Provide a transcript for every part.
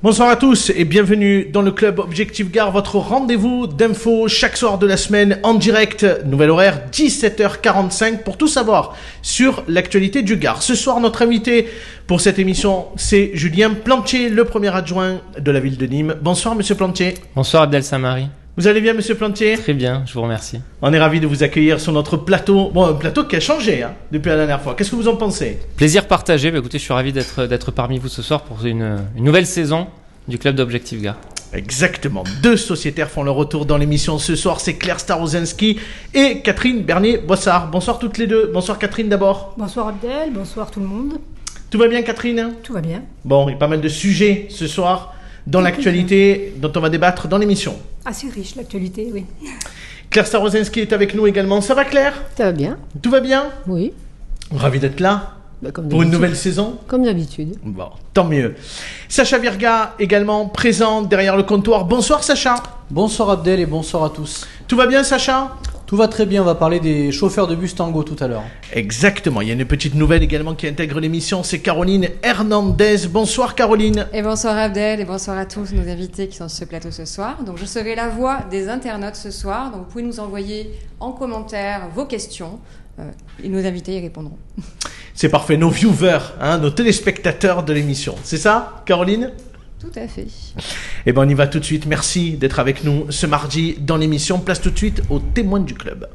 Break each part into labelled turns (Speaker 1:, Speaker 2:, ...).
Speaker 1: Bonsoir à tous et bienvenue dans le club Objectif Gare, votre rendez-vous d'infos chaque soir de la semaine en direct, nouvel horaire 17h45 pour tout savoir sur l'actualité du Gard. Ce soir, notre invité pour cette émission, c'est Julien Plantier, le premier adjoint de la ville de Nîmes. Bonsoir Monsieur Plantier.
Speaker 2: Bonsoir Abdel Samari.
Speaker 1: Vous allez bien Monsieur Plantier?
Speaker 2: Très bien, je vous remercie.
Speaker 1: On est ravis de vous accueillir sur notre plateau. Bon, un plateau qui a changé depuis la dernière fois. Qu'est-ce que vous en pensez?
Speaker 2: Plaisir partagé. Écoutez, je suis ravi d'être parmi vous ce soir pour une nouvelle saison du club d'Objectif Gare.
Speaker 1: Exactement. Deux sociétaires font leur retour dans l'émission ce soir. C'est Claire Starozinski et Catherine Bernier-Boissard. Bonsoir toutes les deux. Bonsoir Catherine d'abord.
Speaker 3: Bonsoir Abdel, bonsoir tout le monde.
Speaker 1: Tout va bien Catherine?
Speaker 3: Tout va bien.
Speaker 1: Bon, il y a pas mal de sujets ce soir dans l'actualité dont on va débattre dans l'émission.
Speaker 3: Assez riche l'actualité, oui.
Speaker 1: Claire Starozinski est avec nous également. Ça va Claire?
Speaker 4: Ça va bien?
Speaker 1: Tout va bien?
Speaker 4: Oui.
Speaker 1: Ravi d'être là.
Speaker 4: Comme
Speaker 1: pour une nouvelle saison.
Speaker 4: Comme d'habitude.
Speaker 1: Bon, tant mieux. Sacha Virga également présent derrière le comptoir. Bonsoir Sacha.
Speaker 5: Bonsoir Abdel et bonsoir à tous.
Speaker 1: Tout va bien Sacha?
Speaker 5: Tout va très bien, on va parler des chauffeurs de bus Tango tout à l'heure.
Speaker 1: Exactement, il y a une petite nouvelle également qui intègre l'émission, c'est Caroline Hernandez. Bonsoir Caroline.
Speaker 6: Et bonsoir Abdel et bonsoir à tous nos invités qui sont sur ce plateau ce soir. Donc je serai la voix des internautes ce soir, donc vous pouvez nous envoyer en commentaire vos questions et nos invités y répondront.
Speaker 1: C'est parfait, nos viewers, nos téléspectateurs de l'émission, c'est ça Caroline?
Speaker 6: Tout à fait.
Speaker 1: Eh bien on y va tout de suite, merci d'être avec nous ce mardi dans l'émission. Place tout de suite aux témoins du club.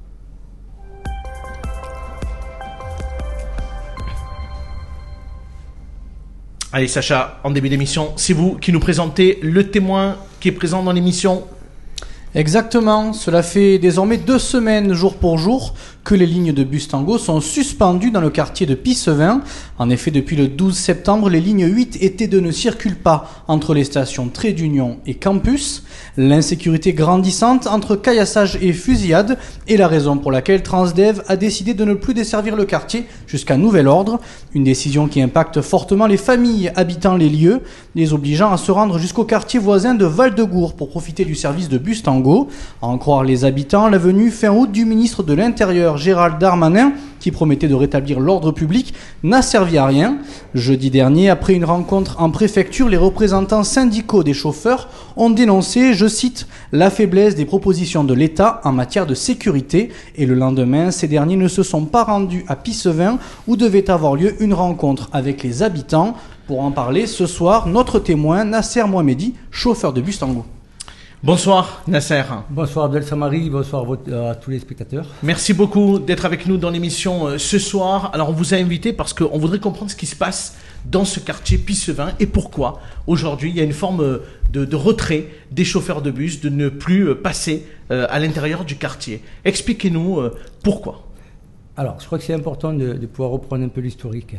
Speaker 1: Allez Sacha, en début d'émission, c'est vous qui nous présentez le témoin qui est présent dans l'émission.
Speaker 5: Exactement, cela fait désormais 2 semaines jour pour jour que les lignes de bus Tango sont suspendues dans le quartier de Pissevin. En effet, depuis le 12 septembre, les lignes 8 et T2 ne circulent pas entre les stations Trait d'Union et Campus. L'insécurité grandissante entre caillassage et fusillade est la raison pour laquelle Transdev a décidé de ne plus desservir le quartier jusqu'à nouvel ordre. Une décision qui impacte fortement les familles habitant les lieux, les obligeant à se rendre jusqu'au quartier voisin de Val-de-Gour pour profiter du service de bus Tango. À en croire les habitants, la venue fin août du ministre de l'Intérieur Gérald Darmanin, qui promettait de rétablir l'ordre public, n'a servi à rien. Jeudi dernier, après une rencontre en préfecture, les représentants syndicaux des chauffeurs ont dénoncé, je cite, la faiblesse des propositions de l'État en matière de sécurité. Et le lendemain, ces derniers ne se sont pas rendus à Pissevin où devait avoir lieu une rencontre avec les habitants. Pour en parler, ce soir, notre témoin Nasser Mohamedi, chauffeur de bus Tango.
Speaker 1: Bonsoir Nasser.
Speaker 7: Bonsoir Abdel Samari, bonsoir à tous les spectateurs.
Speaker 1: Merci beaucoup d'être avec nous dans l'émission ce soir. Alors on vous a invité parce qu'on voudrait comprendre ce qui se passe dans ce quartier Pissevin et pourquoi aujourd'hui il y a une forme de retrait des chauffeurs de bus, de ne plus passer à l'intérieur du quartier. Expliquez-nous pourquoi.
Speaker 7: Alors je crois que c'est important de pouvoir reprendre un peu l'historique.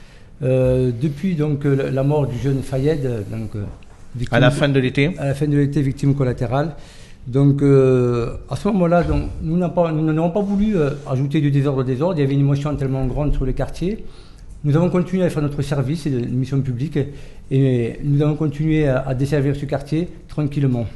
Speaker 7: Depuis donc la mort du jeune Fayed,
Speaker 1: à la fin de l'été.
Speaker 7: À la fin de l'été, victime collatérale. Donc, à ce moment-là, donc, nous n'avons pas voulu ajouter du désordre. Il y avait une émotion tellement grande sur le quartier. Nous avons continué à faire notre service, une mission publique, et nous avons continué à desservir ce quartier tranquillement.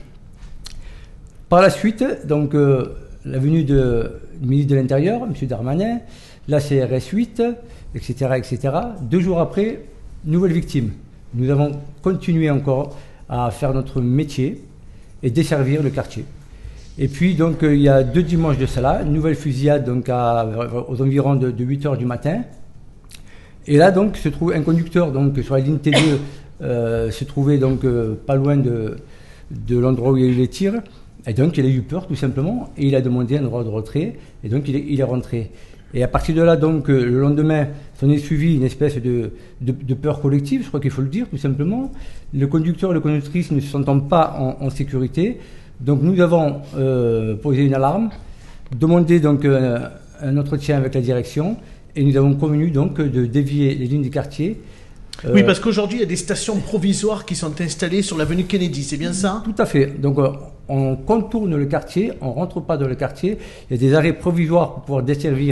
Speaker 7: Par la suite, donc, la venue du ministre de l'Intérieur, M. Darmanin, la CRS 8, etc. 2 jours après, nouvelle victime. Nous avons continué encore à faire notre métier et desservir le quartier. Et puis, donc, il y a 2 dimanches de cela, une nouvelle fusillade donc, aux environs de 8 h du matin. Et là, donc, se trouve un conducteur donc, sur la ligne T2, se trouvait donc, pas loin de l'endroit où il y a eu les tirs. Et donc, il a eu peur, tout simplement, et il a demandé un droit de retrait. Et donc, il est rentré. Et à partir de là, donc, le lendemain, s'en est suivi une espèce de peur collective, je crois qu'il faut le dire, tout simplement. Le conducteur et la conductrice ne se sentant pas en sécurité. Donc, nous avons posé une alarme, demandé donc un entretien avec la direction, et nous avons convenu donc de dévier les lignes du quartier.
Speaker 1: Oui, parce qu'aujourd'hui, il y a des stations provisoires qui sont installées sur l'avenue Kennedy, c'est bien ça?
Speaker 7: Tout à fait. Donc, on contourne le quartier, on ne rentre pas dans le quartier. Il y a des arrêts provisoires pour pouvoir desservir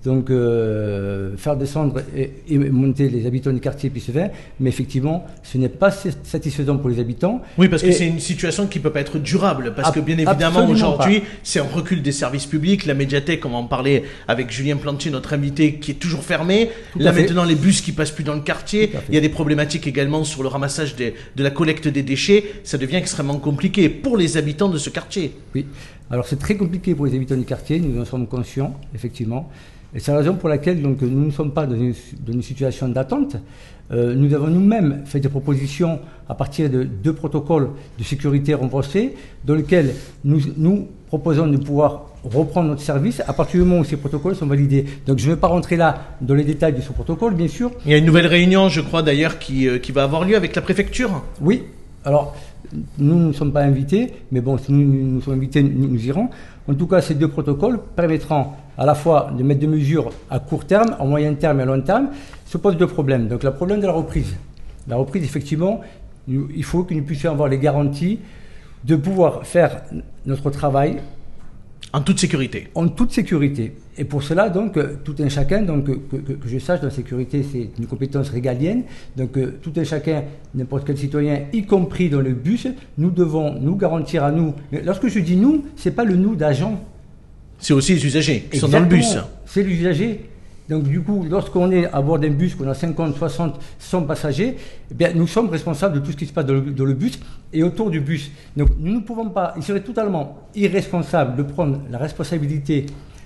Speaker 7: donc faire descendre et monter les habitants du quartier Pissevin, mais effectivement, ce n'est pas satisfaisant pour les habitants.
Speaker 1: Oui, parce que c'est une situation qui peut pas être durable, parce que bien évidemment, aujourd'hui, c'est un recul des services publics, la médiathèque, on va en parler avec Julien Plantier, notre invité, qui est toujours fermée. Là, maintenant, les bus qui passent plus dans le quartier, il y a des problématiques également sur le ramassage de la collecte des déchets, ça devient extrêmement compliqué pour les habitants de ce quartier.
Speaker 7: Oui, alors c'est très compliqué pour les habitants du quartier, nous en sommes conscients, effectivement. Et c'est la raison pour laquelle donc, nous ne sommes pas dans une situation d'attente. Nous avons nous-mêmes fait des propositions à partir de 2 protocoles de sécurité renforcés, dans lesquels nous proposons de pouvoir reprendre notre service à partir du moment où ces protocoles sont validés. Donc je ne vais pas rentrer là dans les détails de ce protocole, bien sûr.
Speaker 1: Il y a une nouvelle réunion, je crois d'ailleurs, qui va avoir lieu avec la préfecture.
Speaker 7: Oui, alors nous ne sommes pas invités, mais bon, si nous sommes invités, nous irons. En tout cas, ces 2 protocoles permettront à la fois de mettre des mesures à court terme, à moyen terme et à long terme. Se pose 2 problèmes. Donc le problème de la reprise. La reprise, effectivement, il faut que nous puissions avoir les garanties de pouvoir faire notre travail
Speaker 1: en toute sécurité.
Speaker 7: En toute sécurité. Et pour cela, donc, tout un chacun, donc, que je sache, la sécurité, c'est une compétence régalienne. Donc, tout un chacun, n'importe quel citoyen, y compris dans le bus, nous devons nous garantir à nous. Mais lorsque je dis nous, c'est pas le nous d'agents.
Speaker 1: C'est aussi les usagers qui sont dans le
Speaker 7: Exactement.
Speaker 1: bus.
Speaker 7: C'est l'usager. Donc du coup, lorsqu'on est à bord d'un bus, qu'on a 50, 60, 100 passagers, eh bien, nous sommes responsables de tout ce qui se passe dans le bus et autour du bus. Donc nous ne pouvons pas, il serait totalement irresponsable de prendre la responsabilité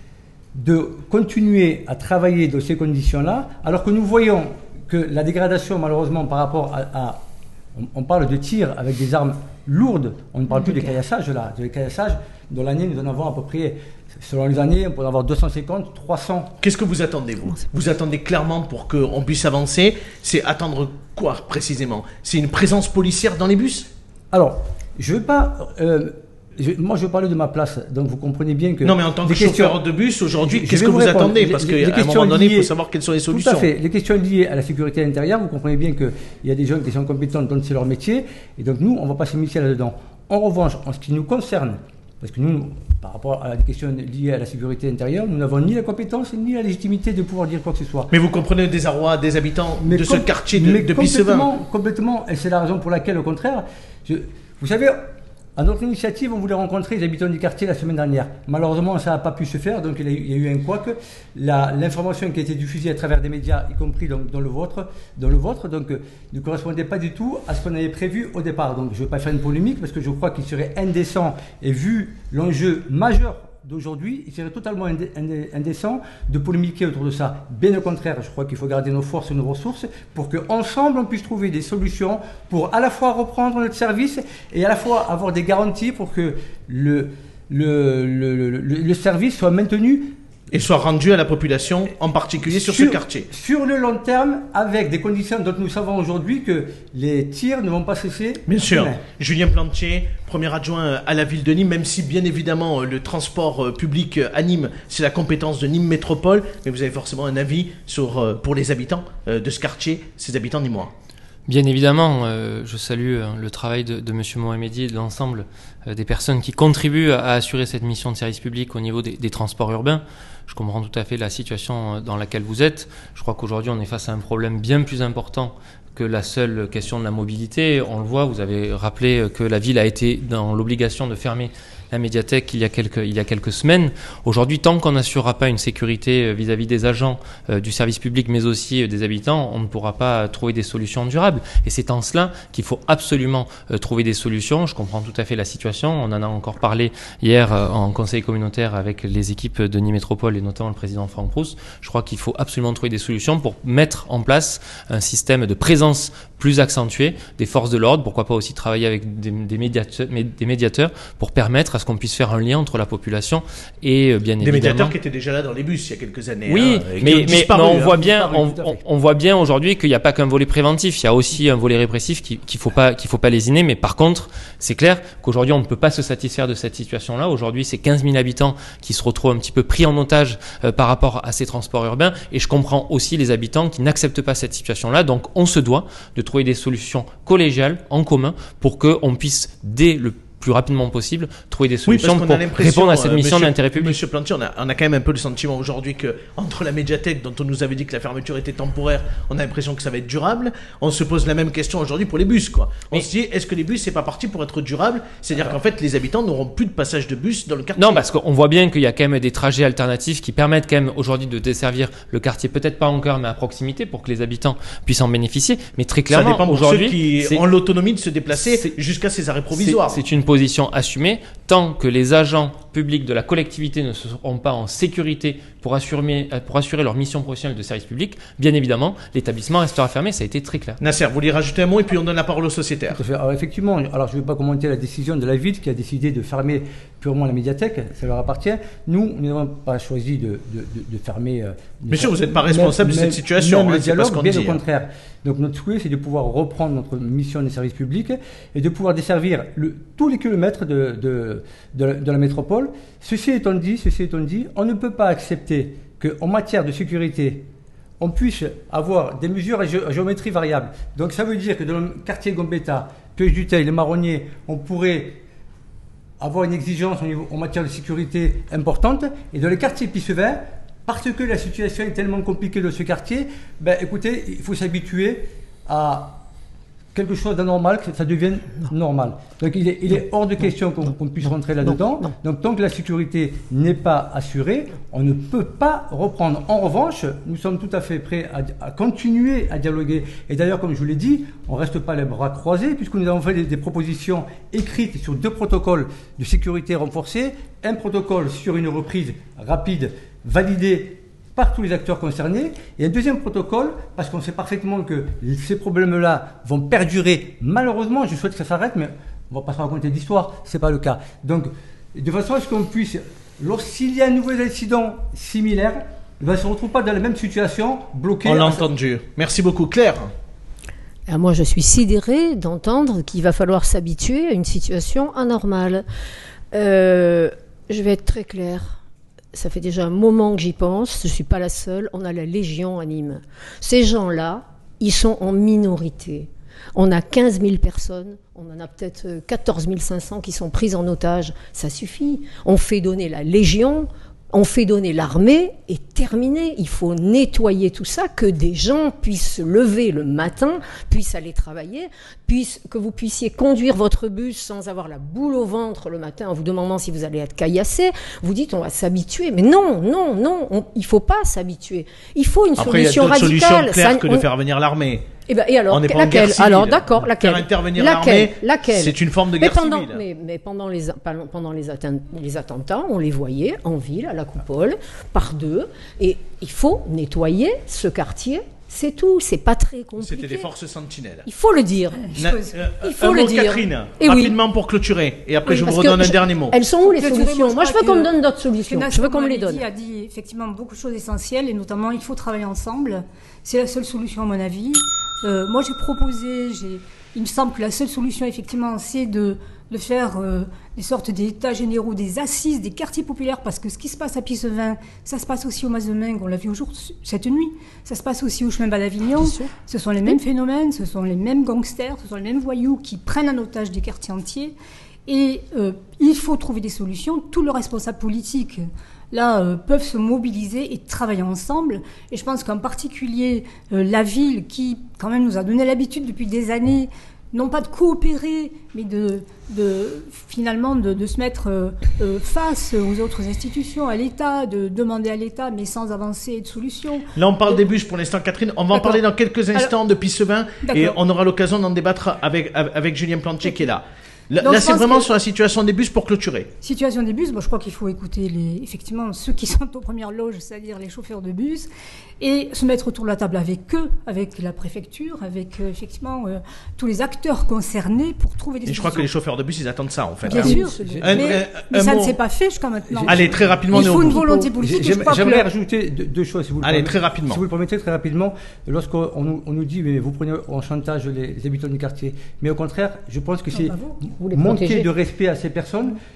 Speaker 7: de continuer à travailler dans ces conditions-là, alors que nous voyons que la dégradation, malheureusement, par rapport on parle de tir avec des armes lourdes, on ne parle plus des caillassages là, des caillassages, dans l'année nous en avons à peu près, selon les années, on peut en avoir 250, 300.
Speaker 1: Qu'est-ce que vous attendez, vous ? Vous attendez clairement pour qu'on puisse avancer. C'est attendre quoi, précisément ? C'est une présence policière dans les bus ?
Speaker 7: Alors, je ne veux pas... moi, je veux parler de ma place, donc vous comprenez bien que...
Speaker 1: Non, mais en tant que chauffeur de bus, aujourd'hui, qu'est-ce que vous attendez ? Parce qu'à un moment donné, il faut savoir quelles sont les solutions.
Speaker 7: Tout à fait. Les questions liées à la sécurité intérieure, vous comprenez bien qu'il y a des gens qui sont compétents dans leur métier, et donc nous, on ne va pas s'immiscer là-dedans. En revanche, en ce qui nous concerne, parce que nous, par rapport à la question liée à la sécurité intérieure, nous n'avons ni la compétence ni la légitimité de pouvoir dire quoi que ce soit.
Speaker 1: Mais vous comprenez le désarroi des habitants de ce quartier de Pissevin.
Speaker 7: Complètement, et c'est la raison pour laquelle, au contraire, vous savez, à notre initiative, on voulait rencontrer les habitants du quartier la semaine dernière. Malheureusement, ça n'a pas pu se faire, donc il y a eu un couac. L'information qui a été diffusée à travers des médias, y compris dans le vôtre, donc ne correspondait pas du tout à ce qu'on avait prévu au départ. Donc je ne vais pas faire une polémique, parce que je crois qu'il serait indécent, et vu l'enjeu majeur d'aujourd'hui, il serait totalement indécent de polémiquer autour de ça. Bien au contraire, je crois qu'il faut garder nos forces et nos ressources pour qu'ensemble on puisse trouver des solutions pour à la fois reprendre notre service et à la fois avoir des garanties pour que le service soit maintenu
Speaker 1: et soit rendu à la population, en particulier sur ce quartier.
Speaker 7: Sur le long terme, avec des conditions dont nous savons aujourd'hui que les tirs ne vont pas cesser.
Speaker 1: Bien sûr. Julien Plantier, premier adjoint à la ville de Nîmes, même si bien évidemment le transport public à Nîmes, c'est la compétence de Nîmes Métropole, mais vous avez forcément un avis pour les habitants de ce quartier, ces habitants nîmois.
Speaker 2: Bien évidemment, je salue le travail de M. Mohamedi et de l'ensemble des personnes qui contribuent à assurer cette mission de service public au niveau des transports urbains. Je comprends tout à fait la situation dans laquelle vous êtes. Je crois qu'aujourd'hui, on est face à un problème bien plus important que la seule question de la mobilité. On le voit, vous avez rappelé que la ville a été dans l'obligation de fermer la médiathèque il y a quelques semaines. Aujourd'hui, tant qu'on n'assurera pas une sécurité vis-à-vis des agents du service public, mais aussi des habitants, on ne pourra pas trouver des solutions durables. Et c'est en cela qu'il faut absolument trouver des solutions. Je comprends tout à fait la situation. On en a encore parlé hier en conseil communautaire avec les équipes de Nîmes Métropole et notamment le président Franck Proust. Je crois qu'il faut absolument trouver des solutions pour mettre en place un système de présence plus accentué des forces de l'ordre. Pourquoi pas aussi travailler avec des médiateurs pour permettre à ce qu'on puisse faire un lien entre la population et bien évidemment...
Speaker 1: Des médiateurs qui étaient déjà là dans les bus il y a quelques années.
Speaker 2: Oui, mais on voit bien aujourd'hui qu'il n'y a pas qu'un volet préventif, il y a aussi un volet répressif qu'il faut pas lésiner, mais par contre, c'est clair qu'aujourd'hui on ne peut pas se satisfaire de cette situation-là. Aujourd'hui, c'est 15 000 habitants qui se retrouvent un petit peu pris en otage par rapport à ces transports urbains, et je comprends aussi les habitants qui n'acceptent pas cette situation-là. Donc on se doit de trouver des solutions collégiales en commun pour qu'on puisse dès le plus rapidement possible trouver des
Speaker 1: Oui,
Speaker 2: solutions
Speaker 1: parce qu'on a
Speaker 2: pour
Speaker 1: l'impression,
Speaker 2: répondre à cette mission d'intérêt public.
Speaker 1: Monsieur Plantier, on a quand même un peu le sentiment aujourd'hui que entre la médiathèque, dont on nous avait dit que la fermeture était temporaire, on a l'impression que ça va être durable. On se pose la même question aujourd'hui pour les bus, quoi. On se dit, est-ce que les bus, c'est pas parti pour être durable? C'est-à-dire qu'en fait, les habitants n'auront plus de passage de bus dans le quartier.
Speaker 2: Non, parce qu'on voit bien qu'il y a quand même des trajets alternatifs qui permettent quand même aujourd'hui de desservir le quartier, peut-être pas encore, mais à proximité, pour que les habitants puissent en bénéficier. Mais très clairement,
Speaker 1: ça dépend pour
Speaker 2: aujourd'hui,
Speaker 1: ceux qui ont l'autonomie de se déplacer jusqu'à ces arrêts provisoires.
Speaker 2: C'est une position assumée tant que les agents publics de la collectivité ne seront pas en sécurité pour assurer leur mission professionnelle de service public. Bien évidemment, l'établissement restera fermé, ça a été très clair.
Speaker 1: Nasser, vous voulez rajouter un mot et puis on donne la parole aux sociétaires.
Speaker 7: Alors effectivement, alors je ne vais pas commenter la décision de la ville qui a décidé de fermer purement la médiathèque, ça leur appartient. Nous n'avons pas choisi de fermer.
Speaker 1: Monsieur, vous n'êtes pas responsable de cette situation,
Speaker 7: même le
Speaker 1: c'est pas ce
Speaker 7: dialogue,
Speaker 1: qu'on
Speaker 7: bien
Speaker 1: dit.
Speaker 7: au contraire. Donc notre souhait, c'est de pouvoir reprendre notre mission de service public et de pouvoir desservir tous les kilomètres de la métropole. Ceci étant dit, on ne peut pas accepter qu'en matière de sécurité, on puisse avoir des mesures à géométrie variable. Donc ça veut dire que dans le quartier Gambetta, Pioche-du-Teil, les Marronniers, on pourrait avoir une exigence en matière de sécurité importante. Et dans les quartiers Pissevin, parce que la situation est tellement compliquée dans ce quartier, écoutez, il faut s'habituer à quelque chose d'anormal, que ça devienne normal. Donc il est hors de question qu'on puisse rentrer là-dedans. Donc tant que la sécurité n'est pas assurée, on ne peut pas reprendre. En revanche, nous sommes tout à fait prêts à continuer à dialoguer. Et d'ailleurs, comme je vous l'ai dit, on ne reste pas les bras croisés, puisque nous avons fait des propositions écrites sur 2 protocoles de sécurité renforcés, un protocole sur une reprise rapide validé par tous les acteurs concernés, et un deuxième protocole, parce qu'on sait parfaitement que ces problèmes-là vont perdurer. Malheureusement, je souhaite que ça s'arrête, mais on ne va pas se raconter d'histoire, ce n'est pas le cas. Donc, de façon à ce qu'on puisse, lorsqu'il y a un nouvel incident similaire, on ne se retrouve pas dans la même situation, bloqué.
Speaker 1: On l'a entendu. Merci beaucoup. Claire?
Speaker 3: Alors moi, je suis sidérée d'entendre qu'il va falloir s'habituer à une situation anormale. Je vais être très claire. Ça fait déjà un moment que j'y pense, je ne suis pas la seule, on a la Légion à Nîmes. Ces gens-là, ils sont en minorité. On a 15 000 personnes, on en a peut-être 14 500 qui sont prises en otage. Ça suffit. On fait donner la Légion, on fait donner l'armée et terminé. Il faut nettoyer tout ça, que des gens puissent se lever le matin, puissent aller travailler, que vous puissiez conduire votre bus sans avoir la boule au ventre le matin en vous demandant si vous allez être caillassé. Vous dites on va s'habituer. Mais non, il ne faut pas s'habituer. Il faut une solution radicale.
Speaker 1: Après, il y a d'autres solutions claires que de faire venir l'armée.
Speaker 3: Et alors, laquelle? Alors, d'accord, laquelle?
Speaker 1: Faire intervenir l'armée, c'est une forme de guerre civile.
Speaker 3: Mais pendant les attentats, on les voyait en ville, à la Coupole, par 2. Et il faut nettoyer ce quartier. C'est tout, c'est pas très compliqué.
Speaker 1: C'était des forces sentinelles.
Speaker 3: Il faut le dire.
Speaker 1: Il faut le dire. Catherine, rapidement pour clôturer. Et après, je vous redonne un dernier mot.
Speaker 3: Elles sont où les solutions? Moi, je veux qu'on me donne d'autres solutions. Je veux qu'on me les donne.
Speaker 4: A dit effectivement beaucoup de choses essentielles, et notamment, il faut travailler ensemble. C'est la seule solution, à mon avis. Moi, j'ai proposé, il me semble que la seule solution, effectivement, c'est de faire des sortes d'états généraux, des assises, des quartiers populaires, parce que ce qui se passe à Pissevin, ça se passe aussi au Mas-de-Meung, on l'a vu cette nuit, ça se passe aussi au chemin d'Avignon. Ce sont les mêmes phénomènes, ce sont les mêmes gangsters, ce sont les mêmes voyous qui prennent en otage des quartiers entiers. Et il faut trouver des solutions. Tous les responsables politiques là peuvent se mobiliser et travailler ensemble. Et je pense qu'en particulier la ville, qui quand même nous a donné l'habitude depuis des années, non pas de coopérer, mais finalement de se mettre face aux autres institutions, à l'État, de demander à l'État, mais sans avancer et de solution.
Speaker 1: Là, on parle des bus pour l'instant, Catherine. On va en parler dans quelques instants de Pissevin, et on aura l'occasion d'en débattre avec Julien Plantier qui est là. Là, c'est vraiment sur la situation des bus pour clôturer.
Speaker 4: Situation des bus, je crois qu'il faut écouter effectivement ceux qui sont aux premières loges, c'est-à-dire les chauffeurs de bus, et se mettre autour de la table avec eux, avec la préfecture, avec effectivement tous les acteurs concernés pour trouver des solutions.
Speaker 1: Et je crois que les chauffeurs de bus, ils attendent ça en fait.
Speaker 4: Bien sûr, mais ça ne s'est pas fait jusqu'à maintenant.
Speaker 1: Allez, très rapidement.
Speaker 4: Il faut une volonté politique.
Speaker 7: J'aimerais rajouter 2 choses, si vous le permettez.
Speaker 1: Allez, très rapidement.
Speaker 7: Si vous le permettez, très rapidement, lorsqu'on nous dit, mais vous prenez en chantage les habitants du quartier, mais au contraire, je pense que c'est manquer de respect à ces personnes.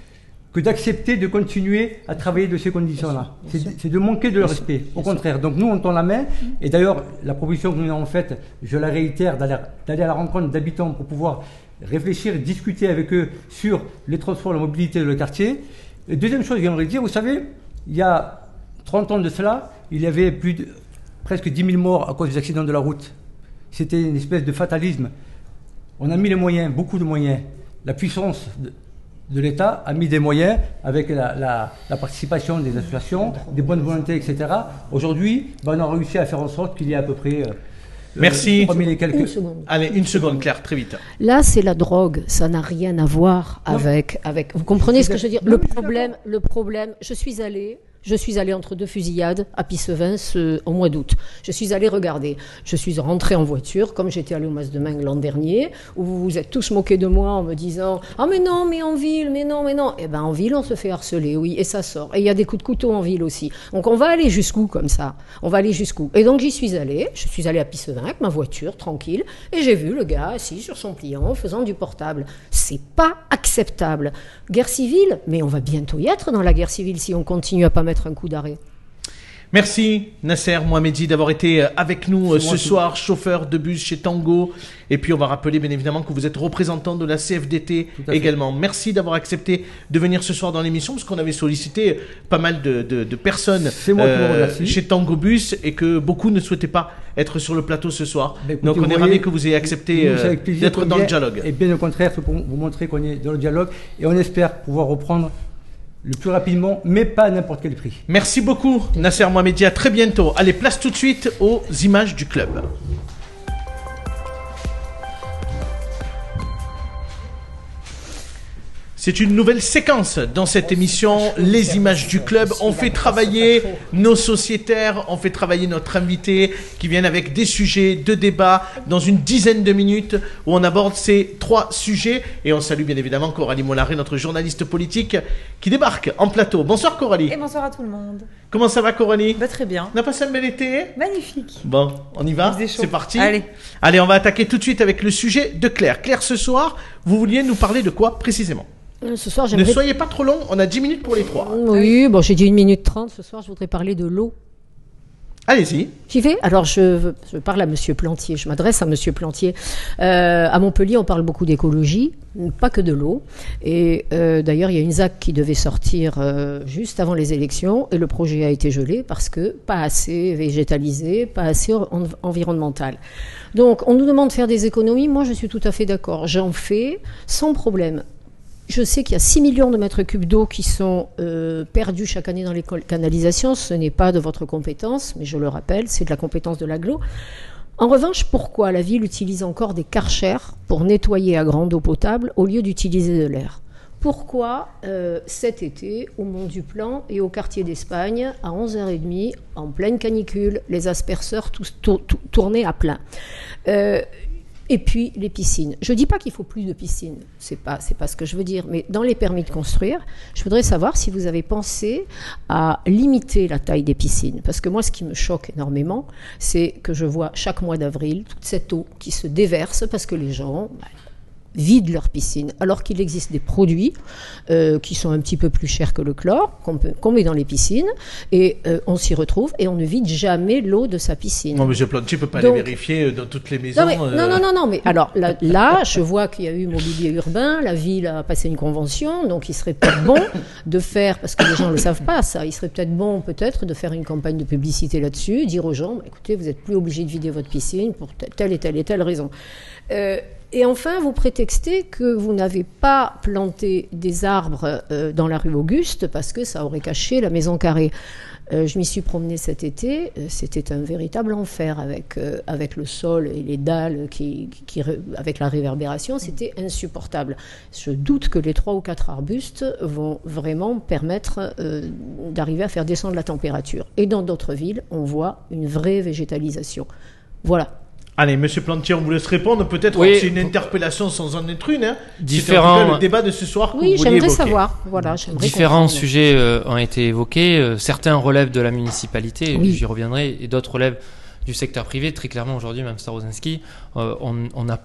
Speaker 7: que d'accepter de continuer à travailler de ces conditions-là. C'est de manquer de respect. Au contraire. Donc nous, on tend la main. Et d'ailleurs, la proposition que nous avons faite, je la réitère, d'aller à la rencontre d'habitants pour pouvoir réfléchir, discuter avec eux sur les transports, la mobilité de le quartier. Et deuxième chose, j'aimerais dire, vous savez, il y a 30 ans de cela, il y avait presque 10 000 morts à cause des accidents de la route. C'était une espèce de fatalisme. On a mis les moyens, beaucoup de moyens. La puissance de l'État a mis des moyens avec la participation des associations, des bonnes volontés, etc. Aujourd'hui, on a réussi à faire en sorte qu'il y ait à peu près...
Speaker 1: Merci.
Speaker 7: 3000 et quelques...
Speaker 3: Une seconde.
Speaker 1: Allez, une seconde, Claire, très vite.
Speaker 3: Là, c'est la drogue. Ça n'a rien à voir avec. Vous comprenez ce que je veux dire? Le problème. Je suis allée entre deux fusillades à Pissevins au mois d'août. Je suis allée regarder. Je suis rentrée en voiture, comme j'étais allée au Mas-de-Meung l'an dernier, où vous vous êtes tous moqués de moi en me disant « Ah mais non, mais en ville, mais non, mais non !» Eh ben en ville, on se fait harceler, oui, et ça sort. Et il y a des coups de couteau en ville aussi. Donc on va aller jusqu'où comme ça? On va aller jusqu'où? Et donc j'y suis allée. Je suis allée à Pissevins avec ma voiture, tranquille, et j'ai vu le gars assis sur son pliant, faisant du portable. C'est pas acceptable. Guerre civile? Mais on va bientôt y être dans la guerre civile si on continue à pas mettre un coup d'arrêt.
Speaker 1: Merci Nasser Mohamedi d'avoir été avec nous ce soir, chauffeur de bus chez Tango. Et puis on va rappeler bien évidemment que vous êtes représentant de la CFDT également. Merci d'avoir accepté de venir ce soir dans l'émission parce qu'on avait sollicité pas mal de personnes chez Tango Bus et que beaucoup ne souhaitaient pas être sur le plateau ce soir. Écoutez, donc on est ravis que vous ayez accepté d'être dans le dialogue.
Speaker 7: Et bien au contraire, c'est pour vous montrer qu'on est dans le dialogue et on espère pouvoir reprendre le plus rapidement, mais pas à n'importe quel prix.
Speaker 1: Merci beaucoup, Nasser Mohamedi. À très bientôt. Allez, place tout de suite aux images du club. C'est une nouvelle séquence dans cette émission, les images du club. On fait travailler nos sociétaires, on fait travailler notre invité qui viennent avec des sujets de débat dans une dizaine de minutes où on aborde ces 3 sujets. Et on salue bien évidemment Coralie Mollaret, notre journaliste politique qui débarque en plateau. Bonsoir Coralie.
Speaker 8: Et bonsoir à tout le monde.
Speaker 1: Comment ça va Coralie?
Speaker 8: Très bien.
Speaker 1: On a passé un bel été?
Speaker 8: Magnifique.
Speaker 1: Bon, on y va? C'est parti. Allez, on va attaquer tout de suite avec le sujet de Claire. Claire, ce soir, vous vouliez nous parler de quoi précisément?
Speaker 3: Ce soir,
Speaker 1: ne soyez pas trop long, on a 10 minutes pour les 3.
Speaker 3: Oui, bon, j'ai dit 1 minute 30. Ce soir, je voudrais parler de l'eau.
Speaker 1: Allez-y.
Speaker 3: J'y vais. Alors, je parle à Monsieur Plantier, je m'adresse à Monsieur Plantier. À Montpellier, on parle beaucoup d'écologie, pas que de l'eau. Et d'ailleurs, il y a une ZAC qui devait sortir juste avant les élections, et le projet a été gelé parce que pas assez végétalisé, pas assez environnemental. Donc, on nous demande de faire des économies. Moi, je suis tout à fait d'accord. J'en fais sans problème. Je sais qu'il y a 6 millions de mètres cubes d'eau qui sont perdus chaque année dans les canalisations. Ce n'est pas de votre compétence, mais je le rappelle, c'est de la compétence de l'agglo. En revanche, pourquoi la ville utilise encore des karchers pour nettoyer à grande eau potable au lieu d'utiliser de l'air? Pourquoi cet été, au Mont-du-Plan et au quartier d'Espagne, à 11h30, en pleine canicule, les asperceurs tournaient à plein et puis les piscines. Je ne dis pas qu'il faut plus de piscines, c'est pas ce que je veux dire, mais dans les permis de construire, je voudrais savoir si vous avez pensé à limiter la taille des piscines. Parce que moi, ce qui me choque énormément, c'est que je vois chaque mois d'avril toute cette eau qui se déverse parce que les gens vident leur piscine, alors qu'il existe des produits qui sont un petit peu plus chers que le chlore, qu'on met dans les piscines, et on s'y retrouve, et on ne vide jamais l'eau de sa piscine.
Speaker 1: Non, mais tu ne peux pas les vérifier dans toutes les maisons.
Speaker 3: Non, mais alors là, je vois qu'il y a eu mobilier urbain, la ville a passé une convention, donc il serait peut-être bon de faire, parce que les gens ne le savent pas, ça, il serait peut-être bon de faire une campagne de publicité là-dessus, dire aux gens, écoutez, vous n'êtes plus obligés de vider votre piscine pour telle et telle raison. Et enfin, vous prétextez que vous n'avez pas planté des arbres dans la rue Auguste parce que ça aurait caché la maison carrée. Je m'y suis promenée cet été, c'était un véritable enfer avec le sol et les dalles avec la réverbération, c'était insupportable. Je doute que les 3 ou 4 arbustes vont vraiment permettre d'arriver à faire descendre la température. Et dans d'autres villes, on voit une vraie végétalisation. Voilà.
Speaker 1: Allez, Monsieur Plantier, on vous laisse répondre. Peut-être que c'est une interpellation sans en être une.
Speaker 2: Différents...
Speaker 1: C'est en tout cas le débat de ce soir que vous vouliez évoquer.
Speaker 3: Oui, j'aimerais savoir. Voilà,
Speaker 2: différents sujets ont été évoqués. Certains relèvent de la municipalité, j'y reviendrai, et d'autres relèvent du secteur privé. Très clairement, aujourd'hui, même Starosinski, on n'a pas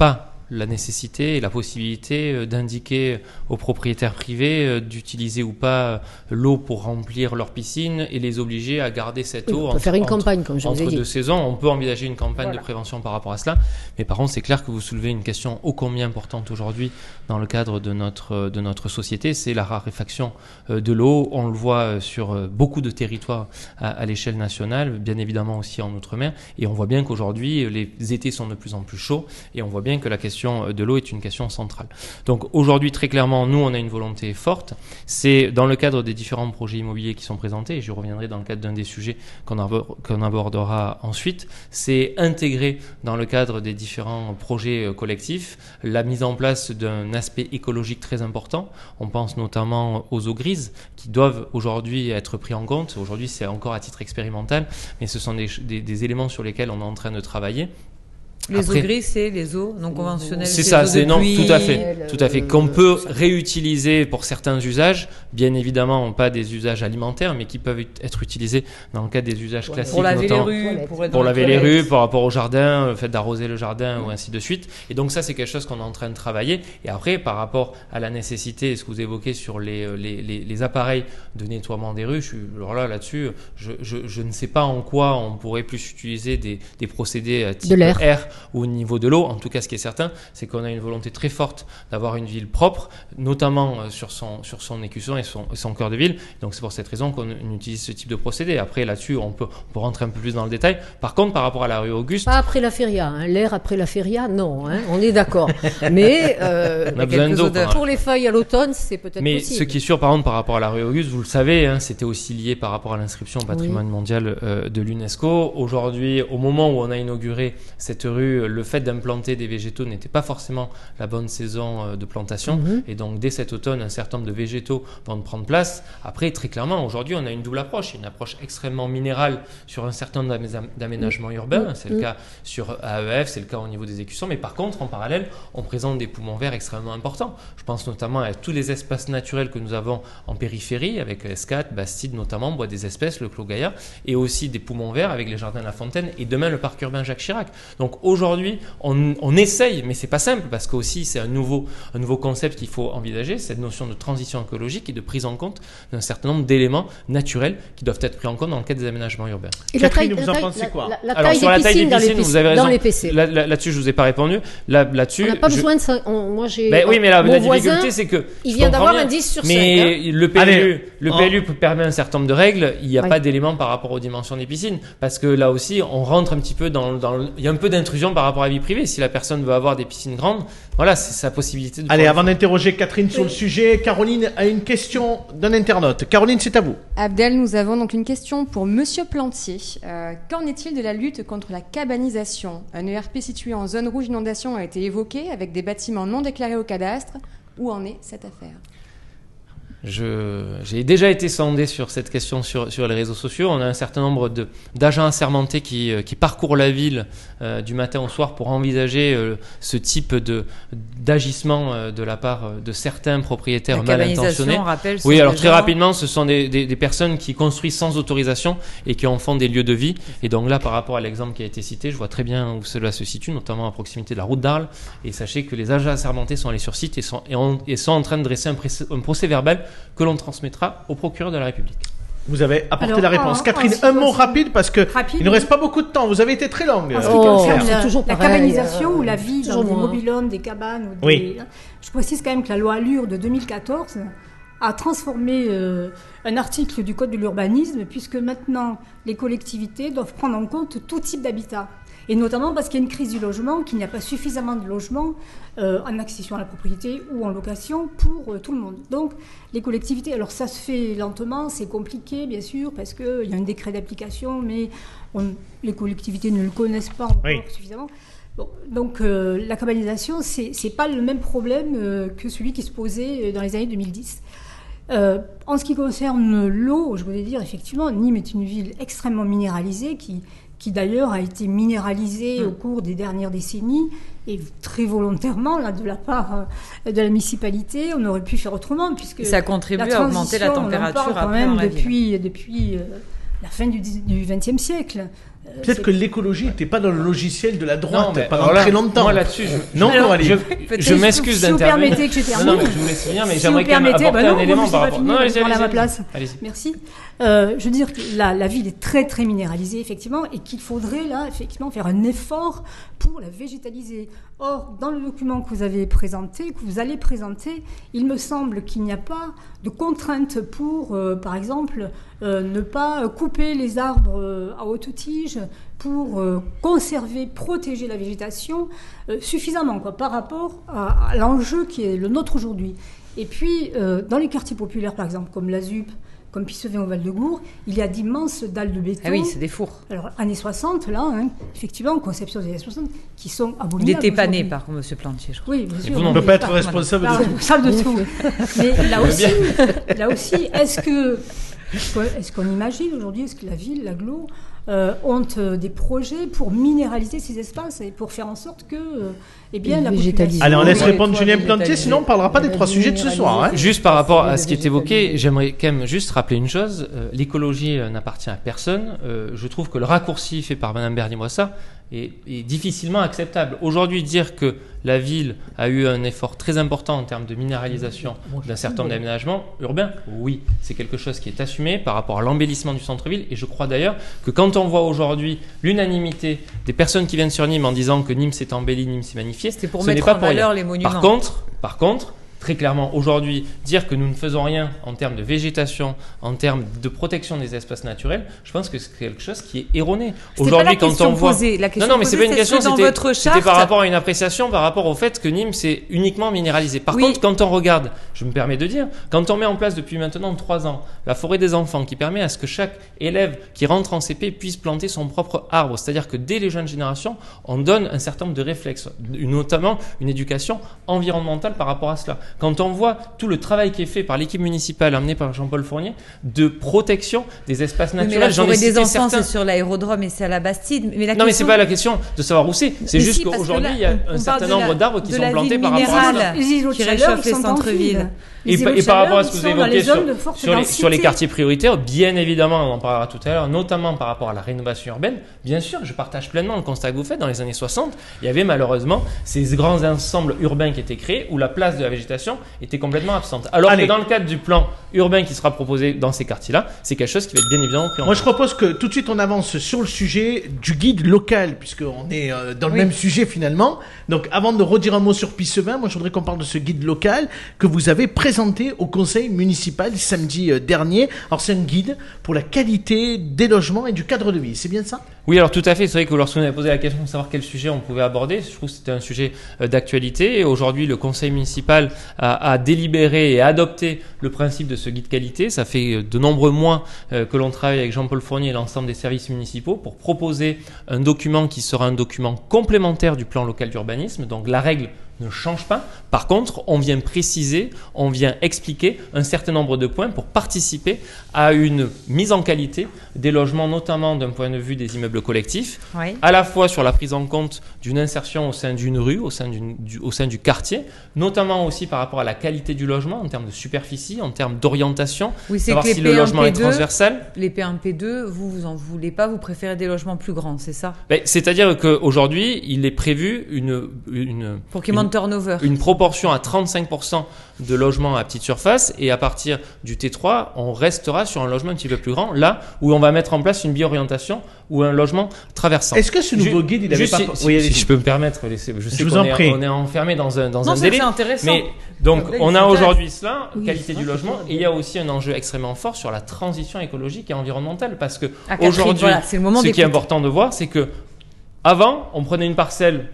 Speaker 2: la nécessité et la possibilité d'indiquer aux propriétaires privés d'utiliser ou pas l'eau pour remplir leur piscine et les obliger à garder cette eau
Speaker 3: on peut faire une campagne, comme je vous ai
Speaker 2: entre
Speaker 3: dit.
Speaker 2: 2 saisons. On peut envisager une campagne de prévention par rapport à cela. Mais par contre, c'est clair que vous soulevez une question ô combien importante aujourd'hui dans le cadre de notre société, c'est la raréfaction de l'eau. On le voit sur beaucoup de territoires à l'échelle nationale, bien évidemment aussi en Outre-mer. Et on voit bien qu'aujourd'hui, les étés sont de plus en plus chauds et on voit bien que la question de l'eau est une question centrale. Donc aujourd'hui, très clairement, nous, on a une volonté forte. C'est dans le cadre des différents projets immobiliers qui sont présentés, et j'y reviendrai dans le cadre d'un des sujets qu'on abordera ensuite, c'est intégrer dans le cadre des différents projets collectifs la mise en place d'un aspect écologique très important. On pense notamment aux eaux grises qui doivent aujourd'hui être pris en compte. Aujourd'hui, c'est encore à titre expérimental, mais ce sont des éléments sur lesquels on est en train de travailler.
Speaker 8: Les eaux grises, c'est les eaux non conventionnelles.
Speaker 2: C'est ça, c'est non, tout à fait, qu'on peut réutiliser pour certains usages, bien évidemment pas des usages alimentaires, mais qui peuvent être utilisés dans le cadre des usages classiques,
Speaker 8: pour laver
Speaker 2: notamment
Speaker 8: les rues,
Speaker 2: pour laver les rues, par rapport au jardin, le fait d'arroser le jardin ou ainsi de suite. Et donc ça, c'est quelque chose qu'on est en train de travailler. Et après, par rapport à la nécessité, ce que vous évoquez sur les appareils de nettoiement des rues, là-dessus, je ne sais pas en quoi on pourrait plus utiliser des procédés type
Speaker 3: de l'air
Speaker 2: ou au niveau de l'eau. En tout cas, ce qui est certain, c'est qu'on a une volonté très forte d'avoir une ville propre, notamment sur son écusson et son cœur de ville. Donc c'est pour cette raison qu'on utilise ce type de procédé. Après, là-dessus, on peut rentrer un peu plus dans le détail. Par contre, par rapport à la rue Auguste...
Speaker 3: Pas après la feria. L'air après la feria, non. On est d'accord. Mais
Speaker 2: on a besoin d'eau.
Speaker 3: Pour les feuilles à l'automne, c'est peut-être
Speaker 2: Mais
Speaker 3: possible.
Speaker 2: ce qui est sûr, par contre, par rapport à la rue Auguste, vous le savez, c'était aussi lié par rapport à l'inscription au patrimoine mondial de l'UNESCO. Aujourd'hui, au moment où on a inauguré cette rue, le fait d'implanter des végétaux n'était pas forcément la bonne saison de plantation. Et donc, dès cet automne, un certain nombre de végétaux vont prendre place. Après, très clairement, aujourd'hui, on a une double approche. Une approche extrêmement minérale sur un certain nombre d'aménagements urbains. C'est le cas sur AEF, c'est le cas au niveau des écussons. Mais par contre, en parallèle, on présente des poumons verts extrêmement importants. Je pense notamment à tous les espaces naturels que nous avons en périphérie, avec Escate, Bastide notamment, Bois des Espèces, le Clos Gaillard, et aussi des poumons verts avec les Jardins de la Fontaine et demain le parc urbain Jacques Chirac. Donc aujourd'hui, on essaye, mais c'est pas simple parce que aussi c'est un nouveau concept qu'il faut envisager, cette notion de transition écologique et de prise en compte d'un certain nombre d'éléments naturels qui doivent être pris en compte dans le cadre des aménagements urbains.
Speaker 3: Et
Speaker 1: Catherine, vous en pensez quoi?
Speaker 2: Alors sur la taille des piscines, vous avez raison.
Speaker 3: Dans les PC.
Speaker 2: Là-dessus, je vous ai pas répondu. Là-dessus,
Speaker 3: on n'a pas besoin de ça. Moi, j'ai.
Speaker 2: Oui, mais la difficulté,
Speaker 3: voisin,
Speaker 2: c'est que
Speaker 3: il vient d'avoir un 10 sur 5.
Speaker 2: Mais le PLU permet un certain nombre de règles. Il n'y a pas d'éléments par rapport aux dimensions des piscines, parce que là aussi, on rentre un petit peu il y a un peu d'intrusion par rapport à la vie privée. Si la personne veut avoir des piscines grandes, voilà, c'est sa possibilité de...
Speaker 1: Allez, avant d'interroger Catherine sur le sujet, Caroline a une question d'un internaute. Caroline, c'est à vous.
Speaker 6: Abdel, nous avons donc une question pour Monsieur Plantier. Qu'en est-il de la lutte contre la cabanisation? Un ERP situé en zone rouge inondation a été évoqué avec des bâtiments non déclarés au cadastre. Où en est cette affaire?
Speaker 2: J'ai déjà été sondé sur cette question sur les réseaux sociaux. On a un certain nombre d'agents assermentés qui parcourent la ville du matin au soir pour envisager ce type d'agissement de la part de certains propriétaires mal intentionnés. Oui, alors très rapidement, ce sont des personnes qui construisent sans autorisation et qui en font des lieux de vie. Et donc là, par rapport à l'exemple qui a été cité, je vois très bien où cela se situe, notamment à proximité de la route d'Arles. Et sachez que les agents assermentés sont allés sur site et sont en train de dresser un procès verbal que l'on transmettra au procureur de la République.
Speaker 1: Vous avez apporté la réponse. Catherine, un mot rapide parce que il ne reste pas beaucoup de temps. Vous avez été très longue.
Speaker 4: La cabanisation ou la vie dans des mobil-homes, des cabanes. Je précise quand même que la loi Allure de 2014 a transformé un article du Code de l'urbanisme, puisque maintenant les collectivités doivent prendre en compte tout type d'habitat. Et notamment parce qu'il y a une crise du logement, qu'il n'y a pas suffisamment de logements en accession à la propriété ou en location pour tout le monde. Donc les collectivités, alors ça se fait lentement, c'est compliqué bien sûr, parce qu'il y a un décret d'application, mais les collectivités ne le connaissent pas encore suffisamment. Bon, donc la cabanisation, c'est pas le même problème que celui qui se posait dans les années 2010. En ce qui concerne l'eau, je voulais dire effectivement, Nîmes est une ville extrêmement minéralisée qui d'ailleurs a été minéralisée au cours des dernières décennies et très volontairement là, de la part de la municipalité. On aurait pu faire autrement puisque
Speaker 8: ça contribue à augmenter la température
Speaker 4: quand même depuis la fin du XXe siècle.
Speaker 1: Peut-être que l'écologie n'était pas dans le logiciel de la droite pendant
Speaker 2: alors là,
Speaker 1: très longtemps.
Speaker 2: Moi là-dessus,
Speaker 1: je
Speaker 2: m'excuse
Speaker 4: Si vous
Speaker 2: d'intervenir.
Speaker 4: permettez que je termine.
Speaker 2: Non, mais je vous laisse finir, mais
Speaker 4: Si
Speaker 2: j'aimerais
Speaker 4: vous
Speaker 2: quand même
Speaker 4: permettez,
Speaker 2: apporter un élément
Speaker 4: je
Speaker 2: par
Speaker 4: suis
Speaker 2: rapport.
Speaker 4: pas
Speaker 2: Non,
Speaker 4: finie,
Speaker 2: allez-y,
Speaker 4: je prends ma
Speaker 2: allez-y.
Speaker 4: place.
Speaker 2: Allez-y.
Speaker 4: Merci. Je veux dire que la ville est très très minéralisée effectivement et qu'il faudrait là effectivement faire un effort pour la végétaliser. Or, dans le document que vous avez présenté, que vous allez présenter, il me semble qu'il n'y a pas de contrainte pour, par exemple, ne pas couper les arbres à haute tige pour conserver, protéger la végétation suffisamment par rapport à l'enjeu qui est le nôtre aujourd'hui. Et puis, dans les quartiers populaires, par exemple, comme la ZUP, comme Pissevin au Val-de-Gour, il y a d'immenses dalles de béton.
Speaker 8: Ah oui, c'est des fours.
Speaker 4: Alors, années 60, là, effectivement, conception des années 60, qui sont
Speaker 8: Il
Speaker 4: abominables.
Speaker 8: n'était pas né
Speaker 4: aujourd'hui.
Speaker 8: par M. Plantier, je crois.
Speaker 4: Oui, bien sûr.
Speaker 1: On ne peut pas être responsable de tout.
Speaker 4: Responsable de tout. Mais là aussi, est-ce qu'on imagine aujourd'hui, est-ce que la ville, l'agglo, ont des projets pour minéraliser ces espaces et pour faire en sorte que la population...
Speaker 1: Allez, on laisse répondre Julien Plantier, sinon on ne parlera pas des 3 sujets de ce soir.
Speaker 2: Juste par rapport à ce qui est évoqué, j'aimerais quand même juste rappeler une chose. L'écologie n'appartient à personne. Je trouve que le raccourci fait par Mme Berdy-Moissat est difficilement acceptable. Aujourd'hui, dire que la ville a eu un effort très important en termes de minéralisation d'un certain nombre d'aménagements urbains, oui, c'est quelque chose qui est assumé par rapport à l'embellissement du centre-ville. Et je crois d'ailleurs que quand on voit aujourd'hui l'unanimité des personnes qui viennent sur Nîmes en disant que Nîmes s'est embelli, Nîmes s'est magnifié,
Speaker 8: c'était pour
Speaker 2: ce n'est
Speaker 8: mettre
Speaker 2: pas
Speaker 8: en
Speaker 2: pour
Speaker 8: valeur
Speaker 2: rien.
Speaker 8: les monuments.
Speaker 2: Par contre, très clairement, aujourd'hui, dire que nous ne faisons rien en termes de végétation, en termes de protection des espaces naturels, je pense que c'est quelque chose qui est erroné. Aujourd'hui, quand on voit... Non, mais c'est pas une question, c'était par rapport à une appréciation, par rapport au fait que Nîmes s'est uniquement minéralisé. Par contre, quand on regarde, je me permets de dire, quand on met en place depuis maintenant 3 ans la forêt des enfants qui permet à ce que chaque élève qui rentre en CP puisse planter son propre arbre, c'est-à-dire que dès les jeunes générations, on donne un certain nombre de réflexes, notamment une éducation environnementale par rapport à cela. Quand on voit tout le travail qui est fait par l'équipe municipale amenée par Jean-Paul Fournier de protection des espaces naturels,
Speaker 8: mais la forêt des enfants,
Speaker 2: certains.
Speaker 8: C'est sur l'aérodrome et c'est à la Bastide.
Speaker 2: Mais c'est pas la question de savoir où c'est. C'est juste qu'aujourd'hui, il y a un certain nombre d'arbres qui sont plantés par rapport à ça.
Speaker 8: Qui réchauffe les centres-villes.
Speaker 2: Et par rapport à ce que vous évoquez sur les quartiers prioritaires, bien évidemment, on en parlera tout à l'heure, notamment par rapport à la rénovation urbaine. Bien sûr, je partage pleinement le constat que vous faites. Dans les années 60, il y avait malheureusement ces grands ensembles urbains qui étaient créés où la place de la végétation était complètement absente. Alors que dans le cadre du plan urbain qui sera proposé dans ces quartiers-là, c'est quelque chose qui va être bien évidemment pris en compte.
Speaker 1: Moi, je propose que tout de suite on avance sur le sujet du guide local, puisqu'on est dans le même sujet finalement. Donc, avant de redire un mot sur Pissevin, moi, je voudrais qu'on parle de ce guide local que vous avez présenté au conseil municipal samedi dernier. Alors, c'est un guide pour la qualité des logements et du cadre de vie. C'est bien ça ?
Speaker 2: Oui, alors tout à fait. C'est vrai que lorsqu'on avait posé la question de savoir quel sujet on pouvait aborder, je trouve que c'était un sujet d'actualité. Et aujourd'hui, le conseil municipal a délibéré et adopté le principe de ce guide qualité. Ça fait de nombreux mois que l'on travaille avec Jean-Paul Fournier et l'ensemble des services municipaux pour proposer un document qui sera un document complémentaire du plan local d'urbanisme. Donc la règle ne change pas. Par contre, on vient préciser, on vient expliquer un certain nombre de points pour participer à une mise en qualité des logements, notamment d'un point de vue des immeubles collectifs, à la fois sur la prise en compte d'une insertion au sein d'une rue, au sein du quartier, notamment aussi par rapport à la qualité du logement en termes de superficie, en termes d'orientation, savoir si le logement est transversal.
Speaker 8: Les P1, P2, vous en voulez pas, vous préférez des logements plus grands, c'est ça ?
Speaker 2: C'est-à-dire qu'aujourd'hui, il est prévu
Speaker 8: pour qu'il y ait moins de turnover.
Speaker 2: Une proportion à 35% de logements à petite surface, et à partir du T3, on restera sur un logement un petit peu plus grand, là où on va mettre en place une biorientation ou un logement traversant.
Speaker 1: Est-ce que ce nouveau guide, il avait pas...
Speaker 2: Si je peux me permettre, je sais qu'on est enfermé dans un délai,
Speaker 8: c'est intéressant.
Speaker 2: Mais donc on a aujourd'hui cela, qualité du logement, et il y a aussi un enjeu extrêmement fort sur la transition écologique et environnementale, parce que aujourd'hui, ce qui est important de voir, c'est que avant, on prenait une parcelle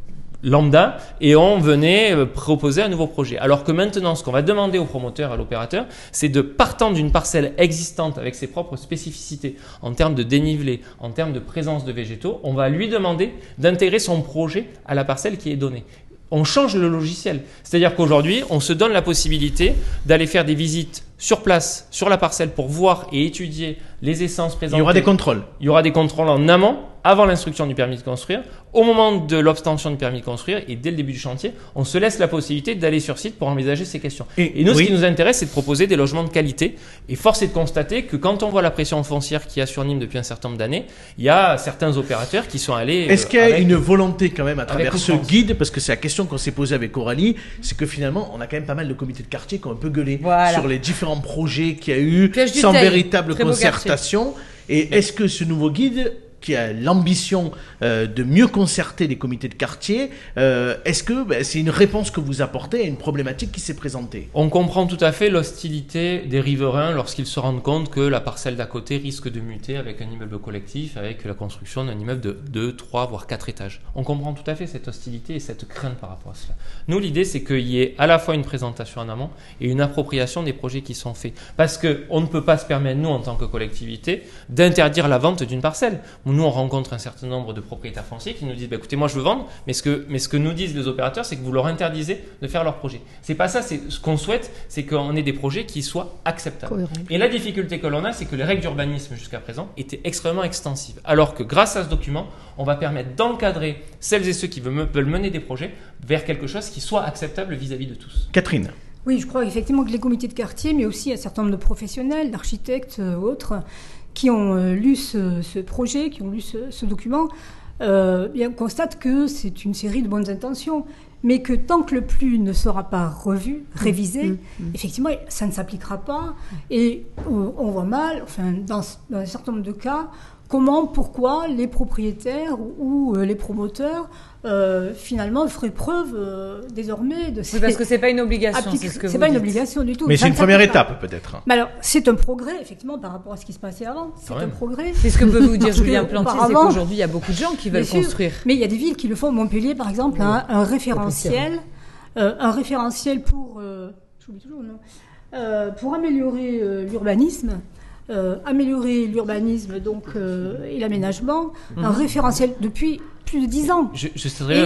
Speaker 2: lambda et on venait proposer un nouveau projet. Alors que maintenant, ce qu'on va demander au promoteur, à l'opérateur, c'est de, partant d'une parcelle existante avec ses propres spécificités en termes de dénivelé, en termes de présence de végétaux, on va lui demander d'intégrer son projet à la parcelle qui est donnée. On change le logiciel. C'est-à-dire qu'aujourd'hui, on se donne la possibilité d'aller faire des visites sur place, sur la parcelle, pour voir et étudier les essences présentées.
Speaker 1: Il y aura des contrôles.
Speaker 2: Il y aura des contrôles en amont. avant l'instruction du permis de construire, au moment de l'obtention du permis de construire et dès le début du chantier, on se laisse la possibilité d'aller sur site pour envisager ces questions. Et nous, ce qui nous intéresse, c'est de proposer des logements de qualité. Et force est de constater que quand on voit la pression foncière qu'il y a sur Nîmes depuis un certain nombre d'années, il y a certains opérateurs qui sont allés...
Speaker 1: Est-ce qu'il y a une volonté quand même à travers ce guide, parce que c'est la question qu'on s'est posée avec Coralie, c'est que finalement, on a quand même pas mal de comités de quartier qui ont un peu gueulé sur les différents projets qu'il y a eu, sans véritable concertation. Et est-ce que ce nouveau guide, qui a l'ambition de mieux concerter les comités de quartier, est-ce que c'est une réponse que vous apportez à une problématique qui s'est présentée?
Speaker 2: On comprend tout à fait l'hostilité des riverains lorsqu'ils se rendent compte que la parcelle d'à côté risque de muter avec un immeuble collectif, avec la construction d'un immeuble de 2, 3, voire 4 étages. On comprend tout à fait cette hostilité et cette crainte par rapport à cela. Nous, l'idée, c'est qu'il y ait à la fois une présentation en amont et une appropriation des projets qui sont faits. Parce qu'on ne peut pas se permettre, nous, en tant que collectivité, d'interdire la vente d'une parcelle. Nous, on rencontre un certain nombre de propriétaires fonciers qui nous disent écoutez, moi je veux vendre, mais ce que nous disent les opérateurs, c'est que vous leur interdisez de faire leur projet. C'est pas ça, c'est ce qu'on souhaite, c'est qu'on ait des projets qui soient acceptables. Cohérent. Et la difficulté que l'on a, c'est que les règles d'urbanisme jusqu'à présent étaient extrêmement extensives. Alors que grâce à ce document, on va permettre d'encadrer celles et ceux qui veulent mener des projets vers quelque chose qui soit acceptable vis-à-vis de tous.
Speaker 1: Catherine.
Speaker 4: Oui, je crois effectivement que les comités de quartier, mais aussi un certain nombre de professionnels, d'architectes ou autres, qui ont lu ce projet, qui ont lu ce document, bien constatent que c'est une série de bonnes intentions, mais que tant que le PLU ne sera pas revu, révisé, effectivement, ça ne s'appliquera pas. Et on voit mal, enfin, dans un certain nombre de cas, pourquoi les propriétaires ou les promoteurs finalement feraient preuve désormais de ces...
Speaker 8: Oui, parce que c'est pas une obligation, c'est ce que vous dites.
Speaker 4: C'est pas une obligation du tout.
Speaker 1: Mais c'est une première étape peut-être.
Speaker 4: Mais alors, c'est un progrès effectivement par rapport à ce qui se passait avant. C'est un progrès.
Speaker 8: C'est ce que peut vous dire Julien Plantier, c'est qu'aujourd'hui il y a beaucoup de gens qui veulent construire.
Speaker 4: Mais il y a des villes qui le font. Montpellier par exemple a un référentiel pour j'oublie toujours le nom, pour améliorer l'urbanisme. Donc, et l'aménagement, un référentiel depuis plus de 10 ans.
Speaker 2: Je citerai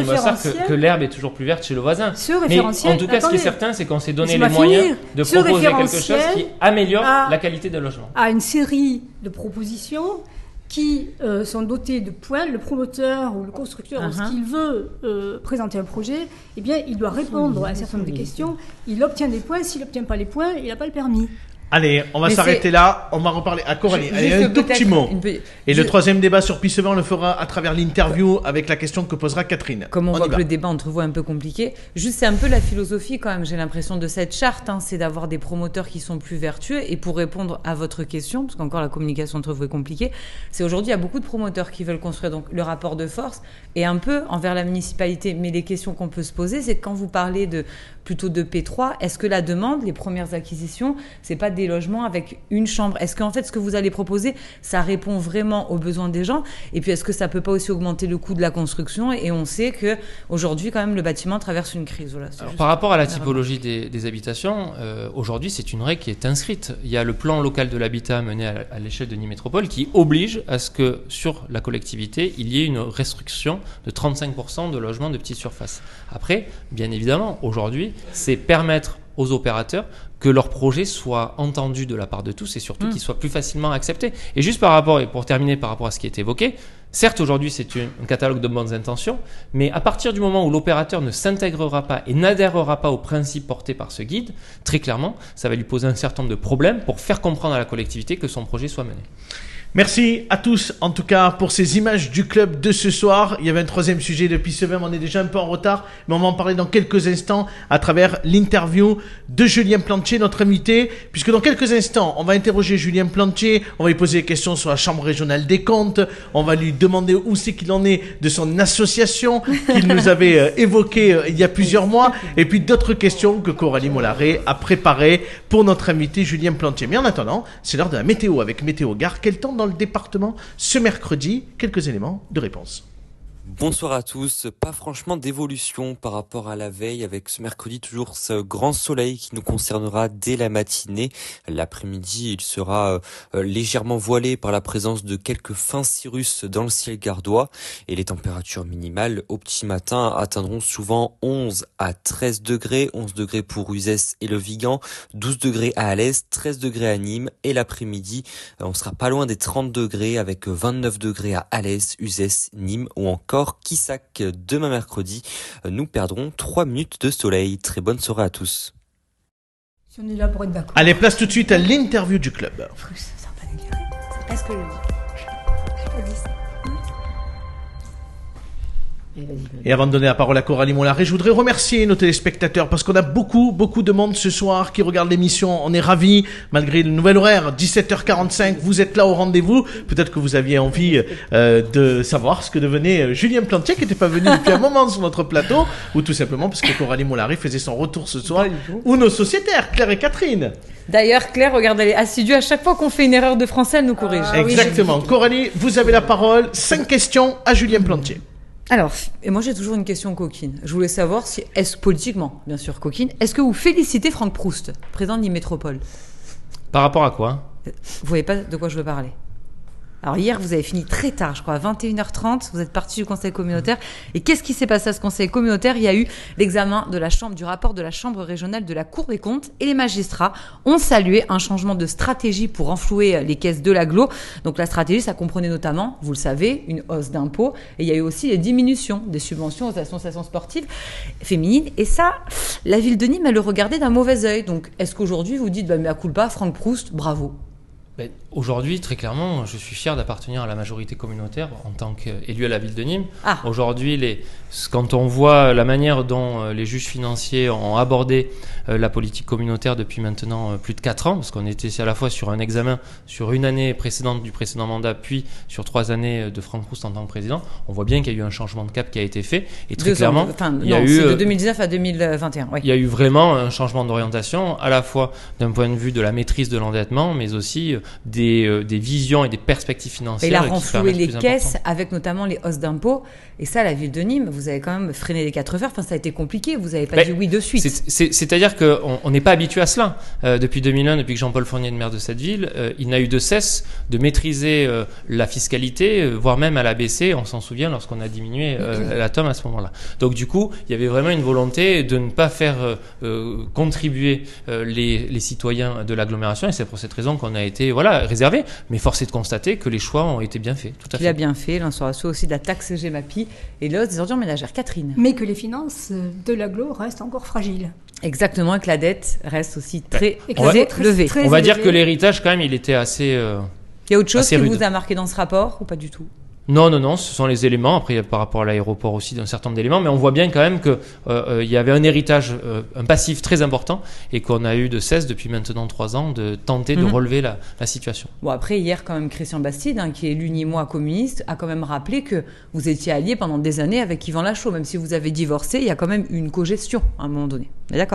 Speaker 2: que l'herbe est toujours plus verte chez le voisin. Mais en tout cas, ce qui est certain, c'est qu'on s'est donné les moyens de proposer quelque chose qui améliore la qualité des logements.
Speaker 4: À une série de propositions qui sont dotées de points. Le promoteur ou le constructeur, lorsqu'il veut présenter un projet, eh bien, il doit répondre à un certain nombre de questions. Il obtient des points. S'il n'obtient pas les points, il n'a pas le permis.
Speaker 1: Allez, on va s'arrêter là. On va reparler à Coralie. Allez, un tout petit mot. Et le troisième débat sur Pissevent, on le fera à travers l'interview avec la question que posera Catherine.
Speaker 8: Comme on voit que le débat entre vous est un peu compliqué, juste c'est un peu la philosophie quand même, j'ai l'impression de cette charte, c'est d'avoir des promoteurs qui sont plus vertueux. Et pour répondre à votre question, parce qu'encore la communication entre vous est compliquée, c'est aujourd'hui il y a beaucoup de promoteurs qui veulent construire, donc le rapport de force est un peu envers la municipalité. Mais les questions qu'on peut se poser, c'est que quand vous parlez plutôt de P3, est-ce que la demande, les premières acquisitions, c'est pas des logements avec une chambre? Est-ce qu'en fait, ce que vous allez proposer, ça répond vraiment aux besoins des gens? Et puis, est-ce que ça peut pas aussi augmenter le coût de la construction? Et on sait que aujourd'hui, quand même, le bâtiment traverse une crise. Voilà,
Speaker 2: alors, par rapport à la typologie des habitations, aujourd'hui, c'est une règle qui est inscrite. Il y a le plan local de l'habitat mené à l'échelle de Nîmes Métropole qui oblige à ce que sur la collectivité, il y ait une restriction de 35% de logements de petite surface. Après, bien évidemment, aujourd'hui, c'est permettre aux opérateurs que leur projet soit entendu de la part de tous et surtout qu'il soit plus facilement accepté. Et juste par rapport, et pour terminer par rapport à ce qui est évoqué, certes aujourd'hui c'est un catalogue de bonnes intentions, mais à partir du moment où l'opérateur ne s'intégrera pas et n'adhérera pas aux principes portés par ce guide, très clairement, ça va lui poser un certain nombre de problèmes pour faire comprendre à la collectivité que son projet soit mené.
Speaker 1: Merci à tous, en tout cas, pour ces images du club de ce soir. Il y avait un troisième sujet de Pissevent, on est déjà un peu en retard, mais on va en parler dans quelques instants à travers l'interview de Julien Plantier, notre invité, puisque dans quelques instants, on va interroger Julien Plantier, on va lui poser des questions sur la Chambre régionale des comptes, on va lui demander où c'est qu'il en est de son association qu'il nous avait évoquée il y a plusieurs mois, et puis d'autres questions que Coralie Mollaret a préparées pour notre invité Julien Plantier. Mais en attendant, c'est l'heure de la météo avec Météo Gare. Quel temps dans le département ce mercredi? Quelques éléments de réponse.
Speaker 9: Bonsoir à tous. Pas franchement d'évolution par rapport à la veille, avec ce mercredi toujours ce grand soleil qui nous concernera dès la matinée. L'après-midi, il sera légèrement voilé par la présence de quelques fins cirrus dans le ciel gardois, et les températures minimales au petit matin atteindront souvent 11 à 13 degrés, 11 degrés pour Uzès et le Vigan, 12 degrés à Alès, 13 degrés à Nîmes, et l'après-midi, on sera pas loin des 30 degrés avec 29 degrés à Alès, Uzès, Nîmes ou encore Quissac. Demain mercredi, nous perdrons 3 minutes de soleil. Très bonne soirée à tous.
Speaker 4: Si on est là pour être d'accord.
Speaker 1: Allez, place tout de suite à l'interview du club.
Speaker 4: Ça va pas délirer.
Speaker 6: Est-ce que
Speaker 1: Et avant de donner la parole à Coralie Mollary, je voudrais remercier nos téléspectateurs parce qu'on a beaucoup de monde ce soir qui regarde l'émission. On est ravis, malgré le nouvel horaire, 17h45, vous êtes là au rendez-vous. Peut-être que vous aviez envie de savoir ce que devenait Julien Plantier, qui n'était pas venu depuis un moment sur notre plateau, ou tout simplement parce que Coralie Mollary faisait son retour ce soir, ou nos sociétaires, Claire et Catherine.
Speaker 8: D'ailleurs, Claire, regarde, elle est assidue. À chaque fois qu'on fait une erreur de français, elle nous corrige.
Speaker 1: Exactement.
Speaker 8: Oui,
Speaker 1: Coralie, vous avez la parole. 5 questions à Julien Plantier.
Speaker 8: Alors, et moi j'ai toujours une question coquine. Je voulais savoir si, est-ce politiquement, bien sûr coquine, est-ce que vous félicitez Franck Proust, président de l'E-Métropole ?
Speaker 2: Par rapport à quoi ?
Speaker 8: Vous voyez pas de quoi je veux parler. Alors hier, vous avez fini très tard, je crois, à 21h30, vous êtes parti du conseil communautaire. Et qu'est-ce qui s'est passé à ce conseil communautaire ? Il y a eu l'examen du rapport de la Chambre régionale de la Cour des comptes, et les magistrats ont salué un changement de stratégie pour renflouer les caisses de l'agglo. Donc la stratégie, ça comprenait notamment, vous le savez, une hausse d'impôts, et il y a eu aussi les diminutions des subventions aux associations sportives féminines. Et ça, la ville de Nîmes, elle le regardait d'un mauvais œil. Donc est-ce qu'aujourd'hui, vous dites, mea culpa, Franck Proust, bravo ?
Speaker 2: Ben, aujourd'hui, très clairement, je suis fier d'appartenir à la majorité communautaire en tant qu'élu à la ville de Nîmes.
Speaker 8: Ah.
Speaker 2: Aujourd'hui, quand on voit la manière dont les juges financiers ont abordé la politique communautaire depuis maintenant plus de 4 ans, parce qu'on était à la fois sur un examen sur une année précédente du précédent mandat, puis sur 3 années de Franck Proust en tant que président, on voit bien qu'il y a eu un changement de cap qui a été fait. Et très clairement, il y a eu,
Speaker 8: c'est de 2019 à 2021. Oui.
Speaker 2: Il y a eu vraiment un changement d'orientation, à la fois d'un point de vue de la maîtrise de l'endettement, mais aussi des visions et des perspectives financières.
Speaker 8: Et il a renfloué les caisses avec notamment les hausses d'impôts. Et ça, la ville de Nîmes, vous avez quand même freiné les 4 fers. Enfin, ça a été compliqué. Vous n'avez pas dit oui de suite.
Speaker 2: C'est-à-dire qu'on n'est pas habitué à cela. Depuis 2001, depuis que Jean-Paul Fournier est le maire de cette ville, il n'a eu de cesse de maîtriser la fiscalité, voire même à la baisser. On s'en souvient lorsqu'on a diminué la TOM à ce moment-là. Donc du coup, il y avait vraiment une volonté de ne pas faire contribuer les citoyens de l'agglomération. Et c'est pour cette raison qu'on a été réservé. Mais force est de constater que les choix ont été bien faits. Tout à fait.
Speaker 8: Il a bien fait l'instauration aussi de la taxe Gemapi et l'os des ordures ménagères. Catherine.
Speaker 4: Mais que les finances de l'agglo restent encore fragiles.
Speaker 8: Exactement, et que la dette reste aussi très
Speaker 2: élevée. On va dire que l'héritage, quand même, il était assez
Speaker 8: il y a autre chose qui vous a marqué dans ce rapport ou pas du tout ?
Speaker 2: Non, ce sont les éléments. Après, il y a par rapport à l'aéroport aussi d'un certain nombre d'éléments, mais on voit bien quand même que il y avait un héritage, un passif très important, et qu'on a eu de cesse depuis maintenant 3 ans de tenter de relever la situation.
Speaker 8: Bon, après, hier, quand même, Christian Bastide, qui est l'unimois communiste, a quand même rappelé que vous étiez allié pendant des années avec Yvan Lachaud. Même si vous avez divorcé, il y a quand même une cogestion à un moment donné. On est d'accord ?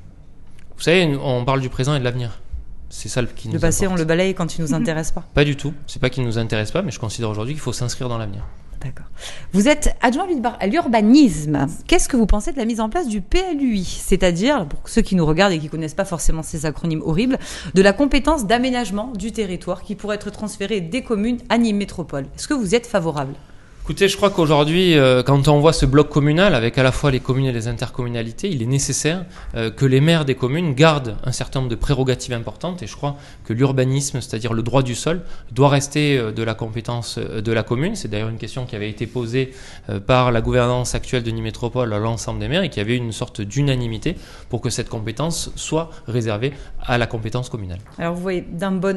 Speaker 2: Vous savez, on parle du présent et de l'avenir. C'est ça qui nous
Speaker 8: Le passé,
Speaker 2: importe.
Speaker 8: on le balaye quand il ne nous intéresse pas.
Speaker 2: Pas du tout. C'est pas qu'il ne nous intéresse pas, mais je considère aujourd'hui qu'il faut s'inscrire dans l'avenir.
Speaker 8: D'accord. Vous êtes adjoint à l'urbanisme. Qu'est-ce que vous pensez de la mise en place du PLUI ? C'est-à-dire, pour ceux qui nous regardent et qui ne connaissent pas forcément ces acronymes horribles, de la compétence d'aménagement du territoire qui pourrait être transférée des communes à Nîmes Métropole. Est-ce que vous êtes favorable ?
Speaker 2: Écoutez, je crois qu'aujourd'hui, quand on voit ce bloc communal avec à la fois les communes et les intercommunalités, il est nécessaire que les maires des communes gardent un certain nombre de prérogatives importantes, et je crois que l'urbanisme, c'est-à-dire le droit du sol, doit rester de la compétence de la commune. C'est d'ailleurs une question qui avait été posée par la gouvernance actuelle de Nîmes Métropole à l'ensemble des maires, et qui avait une sorte d'unanimité pour que cette compétence soit réservée à la compétence communale.
Speaker 8: Alors vous voyez,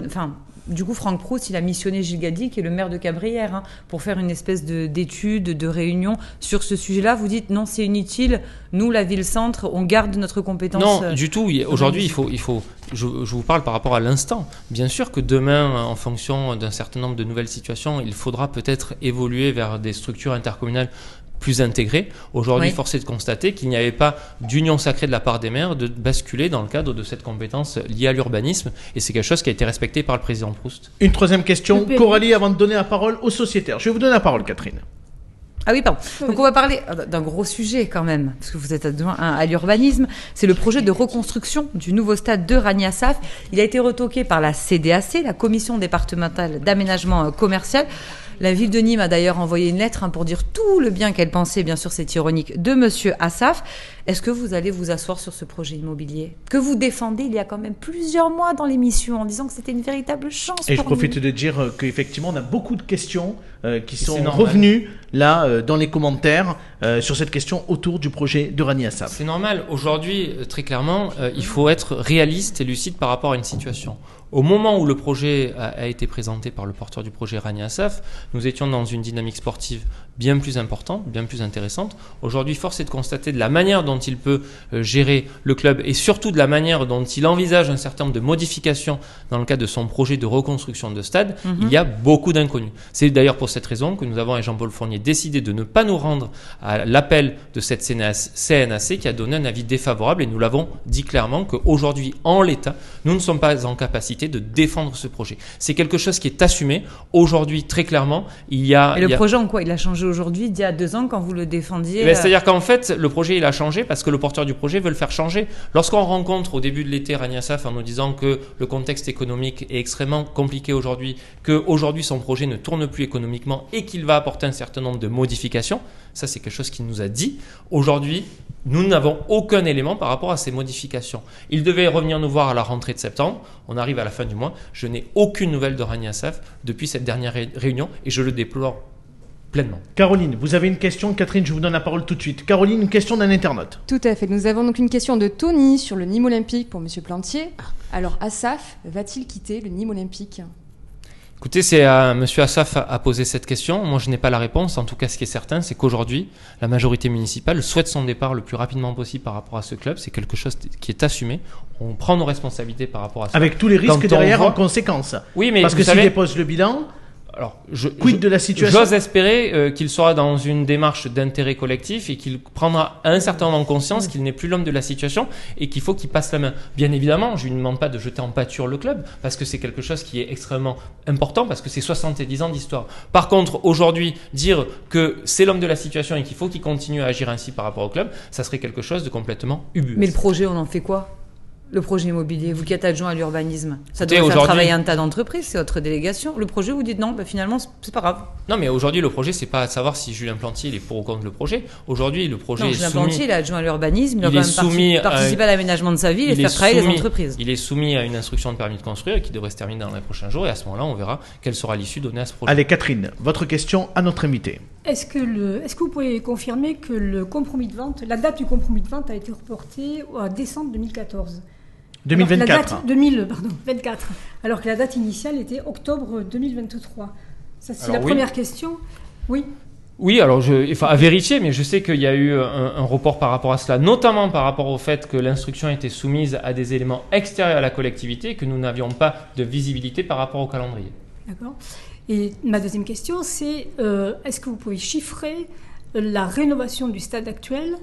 Speaker 8: du coup, Franck Proust, il a missionné Gilles Gady, qui est le maire de Cabrières, pour faire une espèce d'étude, de réunion sur ce sujet-là. Vous dites non, c'est inutile. Nous, la ville-centre, on garde notre compétence.
Speaker 2: Non, du tout. Aujourd'hui, je vous parle par rapport à l'instant. Bien sûr que demain, en fonction d'un certain nombre de nouvelles situations, il faudra peut-être évoluer vers des structures intercommunales plus intégrée. Aujourd'hui, force est de constater qu'il n'y avait pas d'union sacrée de la part des maires de basculer dans le cadre de cette compétence liée à l'urbanisme, et c'est quelque chose qui a été respecté par le président Proust.
Speaker 1: Une troisième question, Coralie, avant de donner la parole aux sociétaires. Je vais vous donner la parole, Catherine.
Speaker 8: Ah oui, pardon. Donc on va parler d'un gros sujet quand même, parce que vous êtes adjoint à l'urbanisme. C'est le projet de reconstruction du nouveau stade de Ragny-Assaf. Il a été retoqué par la CDAC, la Commission départementale d'aménagement commercial. La ville de Nîmes a d'ailleurs envoyé une lettre pour dire tout le bien qu'elle pensait, bien sûr c'est ironique, de Monsieur Assaf. Est-ce que vous allez vous asseoir sur ce projet immobilier que vous défendez il y a quand même plusieurs mois dans l'émission en disant que c'était une véritable chance
Speaker 1: Et
Speaker 8: pour
Speaker 1: je profite
Speaker 8: nous.
Speaker 1: de dire qu'effectivement on a beaucoup de questions qui sont revenues là dans les commentaires sur cette question autour du projet de Ragny-Assaf.
Speaker 2: C'est normal. Aujourd'hui, très clairement, il faut être réaliste et lucide par rapport à une situation. Au moment où le projet a été présenté par le porteur du projet Ragny-Assaf, nous étions dans une dynamique sportive bien plus importante, bien plus intéressante. Aujourd'hui, force est de constater de la manière dont il peut gérer le club et surtout de la manière dont il envisage un certain nombre de modifications dans le cadre de son projet de reconstruction de stade, il y a beaucoup d'inconnus. C'est d'ailleurs pour cette raison que nous avons, avec Jean-Paul Fournier, décidé de ne pas nous rendre à l'appel de cette CNAC qui a donné un avis défavorable et nous l'avons dit clairement qu'aujourd'hui, en l'état, nous ne sommes pas en capacité de défendre ce projet. C'est quelque chose qui est assumé. Aujourd'hui, très clairement, il y a...
Speaker 8: Et le projet en quoi? Il a changé aujourd'hui, d'il y a 2 ans, quand vous le défendiez
Speaker 2: C'est-à-dire qu'en fait, le projet, il a changé parce que le porteur du projet veut le faire changer. Lorsqu'on rencontre au début de l'été Ragny-Assaf en nous disant que le contexte économique est extrêmement compliqué aujourd'hui, qu'aujourd'hui son projet ne tourne plus économiquement et qu'il va apporter un certain nombre de modifications, ça c'est quelque chose qu'il nous a dit. Aujourd'hui, nous n'avons aucun élément par rapport à ces modifications. Il devait revenir nous voir à la rentrée de septembre. On arrive à la fin du mois. Je n'ai aucune nouvelle de Ragny-Assaf depuis cette dernière réunion et je le déplore pleinement.
Speaker 1: Caroline, vous avez une question. Catherine, je vous donne la parole tout de suite. Caroline, une question d'un internaute.
Speaker 6: Tout à fait. Nous avons donc une question de Tony sur le Nîmes Olympique pour Monsieur Plantier. Alors, Assaf va-t-il quitter le Nîmes Olympique ?
Speaker 2: Écoutez, c'est à M. Assaf à poser cette question. Moi, je n'ai pas la réponse. En tout cas, ce qui est certain, c'est qu'aujourd'hui, la majorité municipale souhaite son départ le plus rapidement possible par rapport à ce club. C'est quelque chose qui est assumé. On prend nos responsabilités par rapport à ça.
Speaker 1: Avec tous les risques derrière en conséquence.
Speaker 2: Oui, mais
Speaker 1: parce que s'il dépose le bilan...
Speaker 2: Alors,
Speaker 1: quid de la situation ?
Speaker 2: J'ose espérer qu'il sera dans une démarche d'intérêt collectif et qu'il prendra un certain moment conscience qu'il n'est plus l'homme de la situation et qu'il faut qu'il passe la main. Bien évidemment, je ne lui demande pas de jeter en pâture le club parce que c'est quelque chose qui est extrêmement important parce que c'est 70 ans d'histoire. Par contre, aujourd'hui, dire que c'est l'homme de la situation et qu'il faut qu'il continue à agir ainsi par rapport au club, ça serait quelque chose de complètement ubuesque.
Speaker 8: Mais le projet, on en fait quoi ? Le projet immobilier, vous qui êtes adjoint à l'urbanisme, ça doit faire travailler un tas d'entreprises, c'est votre délégation. Le projet, vous dites non, finalement, c'est pas grave.
Speaker 2: Non, mais aujourd'hui, le projet, c'est pas à savoir si Julien Plantier il est pour ou contre le projet. Aujourd'hui, le projet est soumis...
Speaker 8: Julien Plantier, il est adjoint à l'urbanisme, il doit quand même participer à l'aménagement de sa ville et faire travailler les entreprises.
Speaker 2: Il est soumis à une instruction de permis de construire qui devrait se terminer dans les prochains jours et à ce moment-là, on verra quelle sera l'issue donnée à ce projet.
Speaker 1: Allez, Catherine, votre question à notre invité.
Speaker 4: Est-ce que vous pouvez confirmer que le compromis de vente, la date du compromis de vente a été reportée à décembre 2014
Speaker 1: 2024.
Speaker 4: 2024. Alors que la date initiale était octobre 2023. Ça, c'est première question. Oui.
Speaker 2: Oui, alors à vérifier, mais je sais qu'il y a eu un report par rapport à cela, notamment par rapport au fait que l'instruction était soumise à des éléments extérieurs à la collectivité et que nous n'avions pas de visibilité par rapport au calendrier.
Speaker 4: D'accord. Et ma deuxième question, c'est est-ce que vous pouvez chiffrer la rénovation du stade actuel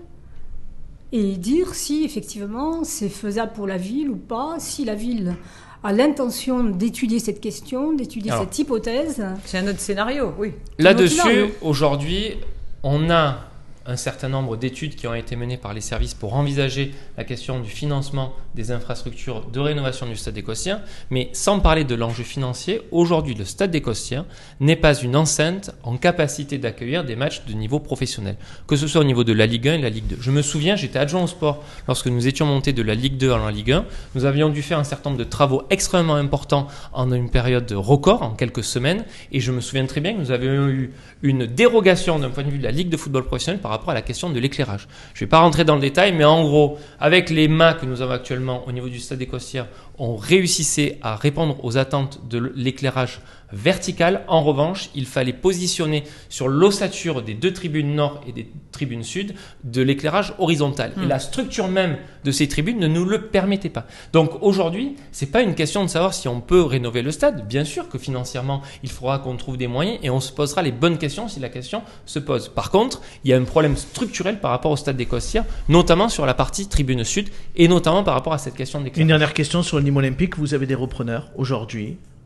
Speaker 4: et dire si effectivement c'est faisable pour la ville ou pas, si la ville a l'intention d'étudier cette question, d'étudier cette hypothèse.
Speaker 8: C'est un autre scénario, oui.
Speaker 2: Là-dessus, aujourd'hui, on a un certain nombre d'études qui ont été menées par les services pour envisager la question du financement des infrastructures de rénovation du stade écossien, mais sans parler de l'enjeu financier, aujourd'hui le stade écossien n'est pas une enceinte en capacité d'accueillir des matchs de niveau professionnel, que ce soit au niveau de la Ligue 1 et la Ligue 2. Je me souviens, j'étais adjoint au sport lorsque nous étions montés de la Ligue 2 à la Ligue 1, nous avions dû faire un certain nombre de travaux extrêmement importants en une période record, en quelques semaines, et je me souviens très bien que nous avions eu une dérogation d'un point de vue de la Ligue de football professionnel par rapport à la question de l'éclairage. Je ne vais pas rentrer dans le détail, mais en gros, avec les mâts que nous avons actuellement au niveau du stade écossien, on réussissait à répondre aux attentes de l'éclairage vertical. En revanche, il fallait positionner sur l'ossature des 2 tribunes nord et des tribunes sud de l'éclairage horizontal. Et la structure même de ces tribunes ne nous le permettait pas. Donc aujourd'hui, c'est pas une question de savoir si on peut rénover le stade. Bien sûr que financièrement, il faudra qu'on trouve des moyens et on se posera les bonnes questions si la question se pose. Par contre, il y a un problème structurel par rapport au stade d'Écossien, notamment sur la partie tribune sud et notamment par rapport à cette question d'éclairage.
Speaker 1: Une dernière question sur le Nîmes Olympique. Vous avez des repreneurs aujourd'hui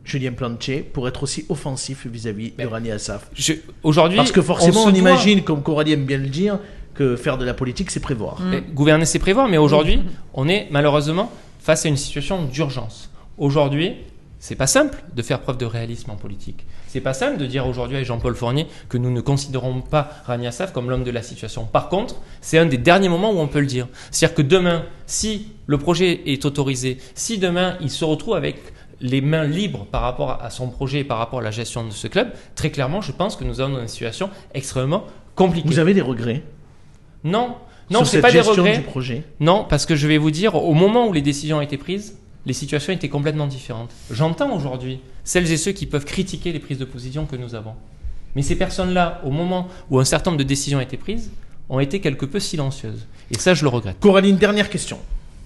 Speaker 1: Julien Plantier, pour être aussi offensif vis-à-vis de Rani Assaf?
Speaker 2: Aujourd'hui,
Speaker 1: parce que forcément, on imagine, comme Coralie aime bien le dire, que faire de la politique, c'est prévoir.
Speaker 2: Gouverner, c'est prévoir, mais aujourd'hui, on est malheureusement face à une situation d'urgence. Aujourd'hui, c'est pas simple de faire preuve de réalisme en politique. C'est pas simple de dire aujourd'hui avec Jean-Paul Fournier que nous ne considérons pas Rani Assaf comme l'homme de la situation. Par contre, c'est un des derniers moments où on peut le dire. C'est-à-dire que demain, si le projet est autorisé, si demain il se retrouve avec les mains libres par rapport à son projet et par rapport à la gestion de ce club, très clairement, je pense que nous sommes dans une situation extrêmement compliquée.
Speaker 1: Vous avez des regrets?
Speaker 2: Non, c'est pas des regrets.
Speaker 1: Du projet.
Speaker 2: Non, parce que je vais vous dire, au moment où les décisions ont été prises, les situations étaient complètement différentes. J'entends aujourd'hui celles et ceux qui peuvent critiquer les prises de position que nous avons. Mais ces personnes-là, au moment où un certain nombre de décisions ont été prises, ont été quelque peu silencieuses. Et ça, je le regrette.
Speaker 1: Coralie, une dernière question.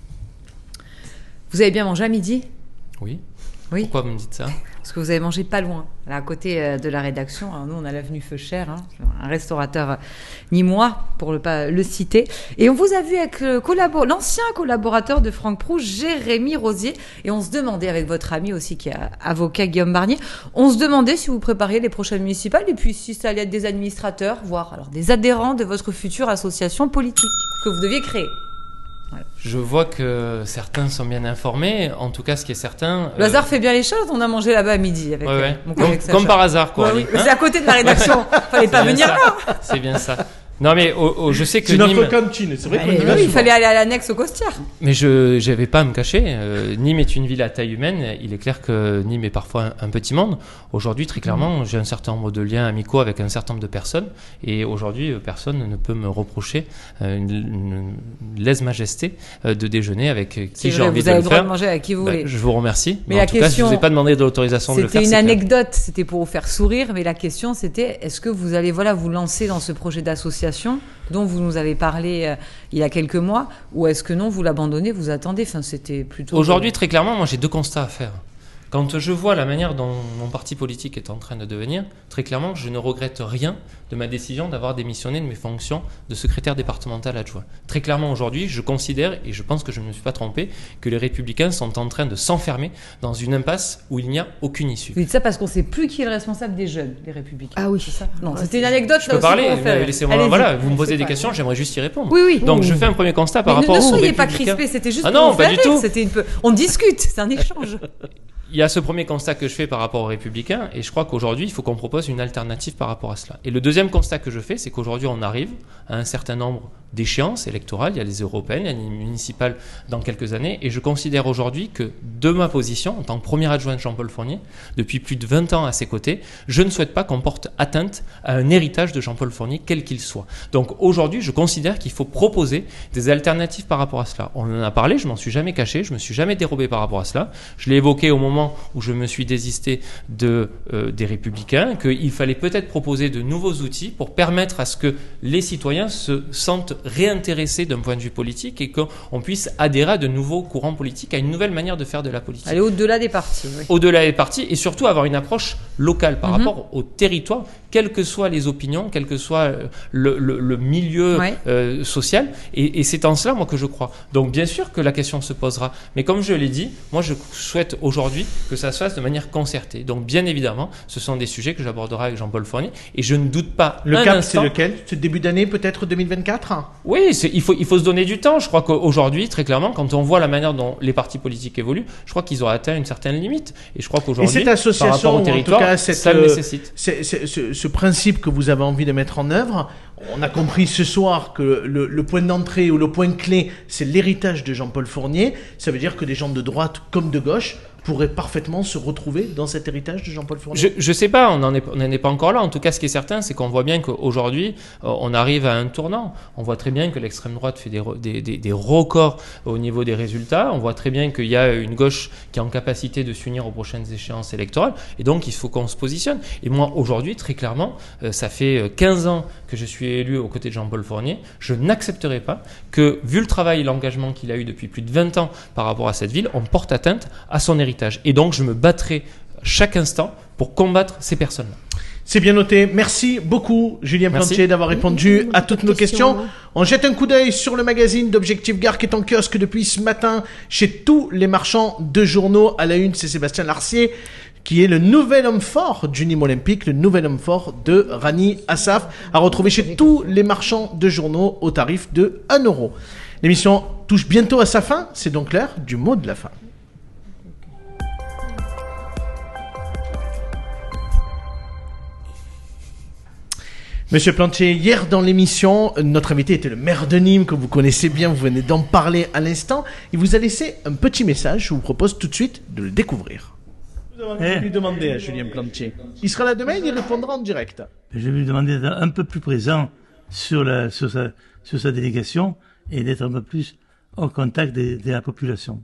Speaker 8: Vous avez bien mangé à midi?
Speaker 2: Oui.
Speaker 8: Pourquoi
Speaker 2: vous me dites ça?
Speaker 8: Parce que vous avez mangé pas loin, là, à côté de la rédaction. Alors nous, on a l'avenue Feuchère, un restaurateur nîmois, pour ne pas le citer. Et on vous a vu avec l'ancien collaborateur de Franck Proust, Jérémy Rosier. Et on se demandait, avec votre ami aussi qui est avocat, Guillaume Barnier, on se demandait si vous prépariez les prochaines municipales et puis si ça allait être des administrateurs, voire alors des adhérents de votre future association politique que vous deviez créer.
Speaker 2: Voilà. Je vois que certains sont bien informés. En tout cas, ce qui est certain...
Speaker 8: Le hasard fait bien les choses. On a mangé là-bas à midi avec mon collègue Sacha.
Speaker 2: Comme par hasard, quoi.
Speaker 8: Oui. C'est à côté de la rédaction. Fallait pas venir là.
Speaker 2: C'est bien ça. Non, mais je sais que
Speaker 1: c'est
Speaker 2: Nîmes...
Speaker 1: notre cantine, c'est vrai qu'on y va
Speaker 8: il fallait aller à l'annexe au Costière.
Speaker 2: Mais je n'avais pas à me cacher. Nîmes est une ville à taille humaine. Il est clair que Nîmes est parfois un petit monde. Aujourd'hui, très clairement, j'ai un certain nombre de liens amicaux avec un certain nombre de personnes. Et aujourd'hui, personne ne peut me reprocher une lèse-majesté de déjeuner avec qui j'ai envie de le faire.
Speaker 8: Vous avez le droit de manger avec qui vous voulez.
Speaker 2: Je vous remercie.
Speaker 8: Mais en tout cas, je
Speaker 2: ne vous ai pas demandé de l'autorisation de le faire.
Speaker 8: C'était une anecdote. C'était pour vous faire sourire. Mais la question, c'était est-ce que vous allez vous lancer dans ce projet d'association dont vous nous avez parlé il y a quelques mois, ou est-ce que non, vous l'abandonnez, vous attendez? Enfin, c'était plutôt...
Speaker 2: Aujourd'hui, très clairement, moi j'ai deux constats à faire. Quand je vois la manière dont mon parti politique est en train de devenir, très clairement, je ne regrette rien de ma décision d'avoir démissionné de mes fonctions de secrétaire départemental adjoint. Très clairement, aujourd'hui, je considère, et je pense que je ne me suis pas trompé, que les Républicains sont en train de s'enfermer dans une impasse où il n'y a aucune issue.
Speaker 8: Vous dites ça parce qu'on ne sait plus qui est le responsable des jeunes, les Républicains.
Speaker 3: Ah oui.
Speaker 8: C'est ça? Non, c'était une anecdote.
Speaker 2: Je peux parler, laissez-moi, voilà, vous me posez des questions, j'aimerais juste y répondre.
Speaker 8: Oui.
Speaker 2: Donc je fais un premier constat par rapport aux Républicains.
Speaker 8: Ne soyez pas crispés, c'était juste
Speaker 2: pour vous faire
Speaker 8: rire. On discute, c'est un échange.
Speaker 2: Il y a ce premier constat que je fais par rapport aux Républicains, et je crois qu'aujourd'hui, il faut qu'on propose une alternative par rapport à cela. Et le deuxième constat que je fais, c'est qu'aujourd'hui, on arrive à un certain nombre d'échéances électorales. Il y a les européennes, il y a les municipales dans quelques années, et je considère aujourd'hui que, de ma position, en tant que premier adjoint de Jean-Paul Fournier, depuis plus de 20 ans à ses côtés, je ne souhaite pas qu'on porte atteinte à un héritage de Jean-Paul Fournier, quel qu'il soit. Donc aujourd'hui, je considère qu'il faut proposer des alternatives par rapport à cela. On en a parlé, je m'en suis jamais caché, je me suis jamais dérobé par rapport à cela. Je l'ai évoqué au moment où je me suis désisté des Républicains, qu'il fallait peut-être proposer de nouveaux outils pour permettre à ce que les citoyens se sentent réintéressés d'un point de vue politique et qu'on puisse adhérer à de nouveaux courants politiques, à une nouvelle manière de faire de la politique.
Speaker 8: Aller au-delà des partis. Oui.
Speaker 2: Au-delà des partis, et surtout avoir une approche locale par rapport au territoire, quelles que soient les opinions, quel que soit le milieu social. Et c'est en cela, moi, que je crois. Donc, bien sûr que la question se posera. Mais comme je l'ai dit, moi, je souhaite aujourd'hui que ça se fasse de manière concertée. Donc, bien évidemment, ce sont des sujets que j'aborderai avec Jean-Paul Fournier. Et je ne doute pas
Speaker 1: le cap, c'est lequel? Ce début d'année, peut-être 2024?
Speaker 2: Oui, il faut se donner du temps. Je crois qu'aujourd'hui, très clairement, quand on voit la manière dont les partis politiques évoluent, je crois qu'ils ont atteint une certaine limite. Et je crois qu'aujourd'hui,
Speaker 1: cette association,
Speaker 2: par rapport au territoire,
Speaker 1: en tout cas,
Speaker 2: ça le nécessite.
Speaker 1: Ce principe que vous avez envie de mettre en œuvre, on a compris ce soir que le point d'entrée ou le point clé, c'est l'héritage de Jean-Paul Fournier. Ça veut dire que des gens de droite comme de gauche pourrait parfaitement se retrouver dans cet héritage de Jean-Paul Fournier? Je sais pas, on n'en est pas encore là. En tout cas, ce qui est certain, c'est qu'on voit bien qu'aujourd'hui, on arrive à un tournant. On voit très bien que l'extrême droite fait des records au niveau des résultats. On voit très bien qu'il y a une gauche qui est en capacité de s'unir aux prochaines échéances électorales. Et donc, il faut qu'on se positionne. Et moi, aujourd'hui, très clairement, ça fait 15 ans que je suis élu aux côtés de Jean-Paul Fournier. Je n'accepterai pas que, vu le travail et l'engagement qu'il a eu depuis plus de 20 ans par rapport à cette ville, on porte atteinte à son héritage. Et donc, je me battrai chaque instant pour combattre ces personnes-là. C'est bien noté. Merci beaucoup, Julien Plantier, d'avoir répondu à toutes nos questions. On jette un coup d'œil sur le magazine d'Objectif Gare qui est en kiosque depuis ce matin chez tous les marchands de journaux. À la une, c'est Sébastien Larcier qui est le nouvel homme fort du Nîmes Olympique, le nouvel homme fort de Rani Assaf, à retrouver chez tous les marchands de journaux au tarif de 1 €. L'émission touche bientôt à sa fin, c'est donc l'heure du mot de la fin. Monsieur Plantier, hier dans l'émission, notre invité était le maire de Nîmes, que vous connaissez bien, vous venez d'en parler à l'instant. Il vous a laissé un petit message, je vous propose tout de suite de le découvrir. Vous allez lui demander à Julien Plantier. Il sera là demain, il y répondra en direct.
Speaker 10: Je vais lui demander d'être un peu plus présent sur sa délégation et d'être un peu plus au contact de la population.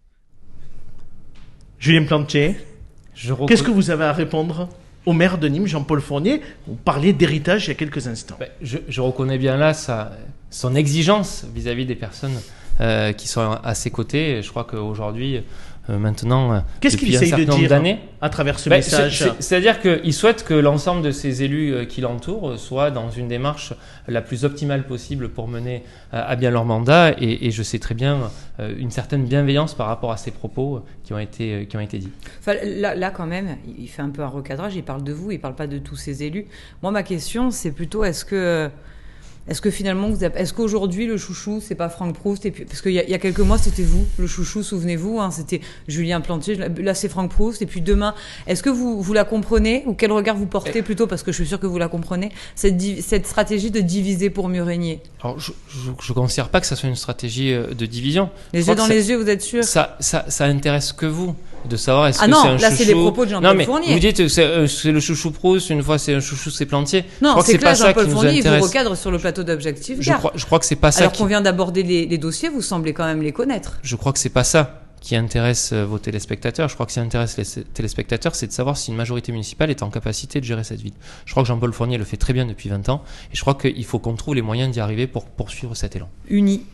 Speaker 1: Julien Plantier, qu'est-ce que vous avez à répondre au maire de Nîmes, Jean-Paul Fournier? Vous parliez d'héritage il y a quelques instants.
Speaker 2: Je reconnais bien là son exigence vis-à-vis des personnes qui sont à ses côtés. Je crois qu'aujourd'hui, maintenant,
Speaker 1: qu'est-ce qu'il essaye de dire à travers ce message?
Speaker 2: C'est-à-dire qu'il souhaite que l'ensemble de ces élus qui l'entourent soient dans une démarche la plus optimale possible pour mener à bien leur mandat. Et je sais très bien une certaine bienveillance par rapport à ces propos qui ont été dits.
Speaker 8: Enfin, là, quand même, il fait un peu un recadrage. Il parle de vous, il ne parle pas de tous ces élus. Moi, ma question, c'est plutôt est-ce que finalement, est-ce qu'aujourd'hui le chouchou, c'est pas Franck Proust? Parce qu'il y a quelques mois, c'était vous, le chouchou, souvenez-vous, c'était Julien Plantier. Là, c'est Franck Proust. Et puis demain, est-ce que vous la comprenez, ou quel regard vous portez plutôt, parce que je suis sûr que vous la comprenez, cette stratégie de diviser pour mieux régner?
Speaker 2: Alors, je ne considère pas que ça soit une stratégie de division.
Speaker 8: Les yeux dans les yeux, vous êtes sûr?
Speaker 2: Ça intéresse que vous de savoir est-ce que
Speaker 8: c'est un chouchou.
Speaker 2: Ah non,
Speaker 8: là c'est les propos de Jean-Paul Fournier.
Speaker 2: Vous dites c'est le chouchou Proust, une fois c'est un chouchou c'est Plantier.
Speaker 8: Non, c'est
Speaker 2: pas ça
Speaker 8: Jean-Paul
Speaker 2: qui nous
Speaker 8: Fournier,
Speaker 2: intéresse.
Speaker 8: il vous recadre sur le plateau d'Objectif Gare.
Speaker 2: Je crois que c'est pas ça.
Speaker 8: Alors qu'on vient d'aborder les dossiers, vous semblez quand même les connaître.
Speaker 2: Je crois que c'est pas ça qui intéresse vos téléspectateurs. Je crois que ce qui intéresse les téléspectateurs, c'est de savoir si une majorité municipale est en capacité de gérer cette ville. Je crois que Jean-Paul Fournier le fait très bien depuis 20 ans, et je crois qu'il faut qu'on trouve les moyens d'y arriver pour poursuivre cet élan.
Speaker 8: Unis.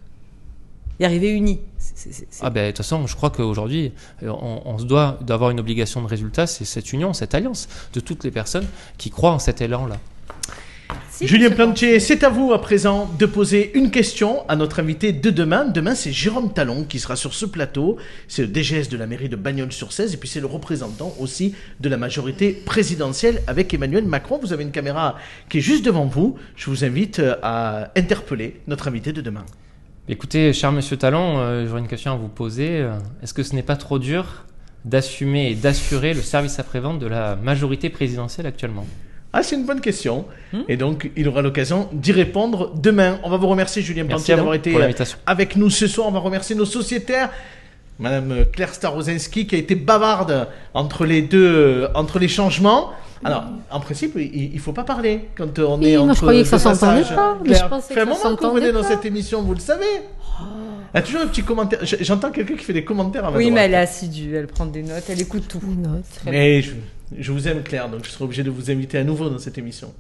Speaker 8: Y arriver unis.
Speaker 2: De toute façon, je crois qu'aujourd'hui, on se doit d'avoir une obligation de résultat, c'est cette union, cette alliance de toutes les personnes qui croient en cet élan-là.
Speaker 1: Julien Plantier, c'est à vous à présent de poser une question à notre invité de demain. Demain, c'est Jérôme Talon qui sera sur ce plateau. C'est le DGS de la mairie de Bagnols-sur-Cèze et puis c'est le représentant aussi de la majorité présidentielle avec Emmanuel Macron. Vous avez une caméra qui est juste devant vous. Je vous invite à interpeller notre invité de demain.
Speaker 2: Écoutez, cher monsieur Talon, j'aurais une question à vous poser. Est-ce que ce n'est pas trop dur d'assumer et d'assurer le service après-vente de la majorité présidentielle actuellement ?
Speaker 1: Ah, c'est une bonne question. Et donc, il aura l'occasion d'y répondre demain. On va vous remercier, Julien Plantier, d'avoir été avec nous ce soir. On va remercier nos sociétaires. Madame Claire Starosinski, qui a été bavarde entre les changements. Alors, en principe, il ne faut pas parler quand on est entre...
Speaker 3: Moi, je croyais que ça s'entendait pas.
Speaker 1: Mais je pensais que ça s'entendait pas. Vous venez dans cette émission, vous le savez. Il y a toujours un petit commentaire. J'entends quelqu'un qui fait des commentaires à ma droite.
Speaker 8: Mais elle est assidue, elle prend des notes, elle écoute tout.
Speaker 1: Mais je vous aime, Claire, donc je serai obligé de vous inviter à nouveau dans cette émission.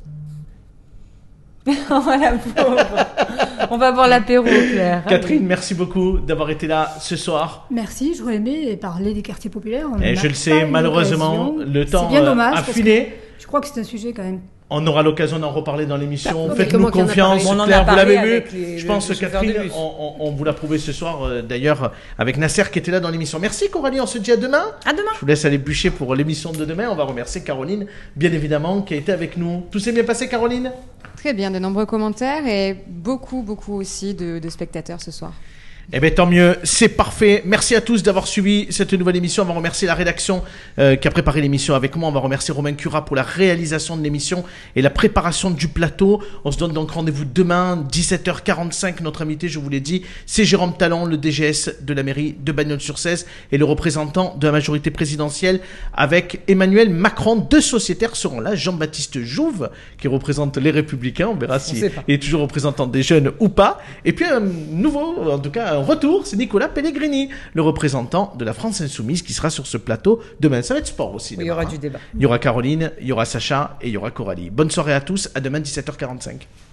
Speaker 8: Voilà, pauvre. On va boire l'apéro, Claire.
Speaker 1: Catherine, merci beaucoup d'avoir été là ce soir.
Speaker 4: Merci, j'aurais aimé parler des quartiers populaires.
Speaker 1: Et je le sais, malheureusement, le temps a filé.
Speaker 4: Je crois que c'est un sujet quand même.
Speaker 1: On aura l'occasion d'en reparler dans l'émission. Faites-nous confiance. Claire, vous l'avez vu. Je pense que Catherine, on vous l'a prouvé ce soir, d'ailleurs, avec Nasser qui était là dans l'émission. Merci Coralie, on se dit à demain.
Speaker 8: À demain.
Speaker 1: Je vous laisse aller bûcher pour l'émission de demain. On va remercier Caroline, bien évidemment, qui a été avec nous. Tout s'est bien passé, Caroline ?
Speaker 6: Très bien, de nombreux commentaires et beaucoup aussi de spectateurs ce soir.
Speaker 1: Eh bien, tant mieux, c'est parfait. Merci à tous d'avoir suivi cette nouvelle émission. On va remercier la rédaction qui a préparé l'émission avec moi. On va remercier Romain Cura pour la réalisation de l'émission et la préparation du plateau. On se donne donc rendez-vous demain, 17h45. Notre invité, je vous l'ai dit, c'est Jérôme Talon, le DGS de la mairie de Bagnols-sur-Cèze et le représentant de la majorité présidentielle avec Emmanuel Macron. Deux sociétaires seront là. Jean-Baptiste Jouve, qui représente les Républicains. On verra s'il est toujours représentant des jeunes ou pas. Et puis un nouveau, en tout cas, un retour, c'est Nicolas Pellegrini, le représentant de la France Insoumise qui sera sur ce plateau demain. Ça va être sport aussi.
Speaker 8: Il y aura du débat.
Speaker 1: Il y aura Caroline, il y aura Sacha et il y aura Coralie. Bonne soirée à tous, à demain 17h45.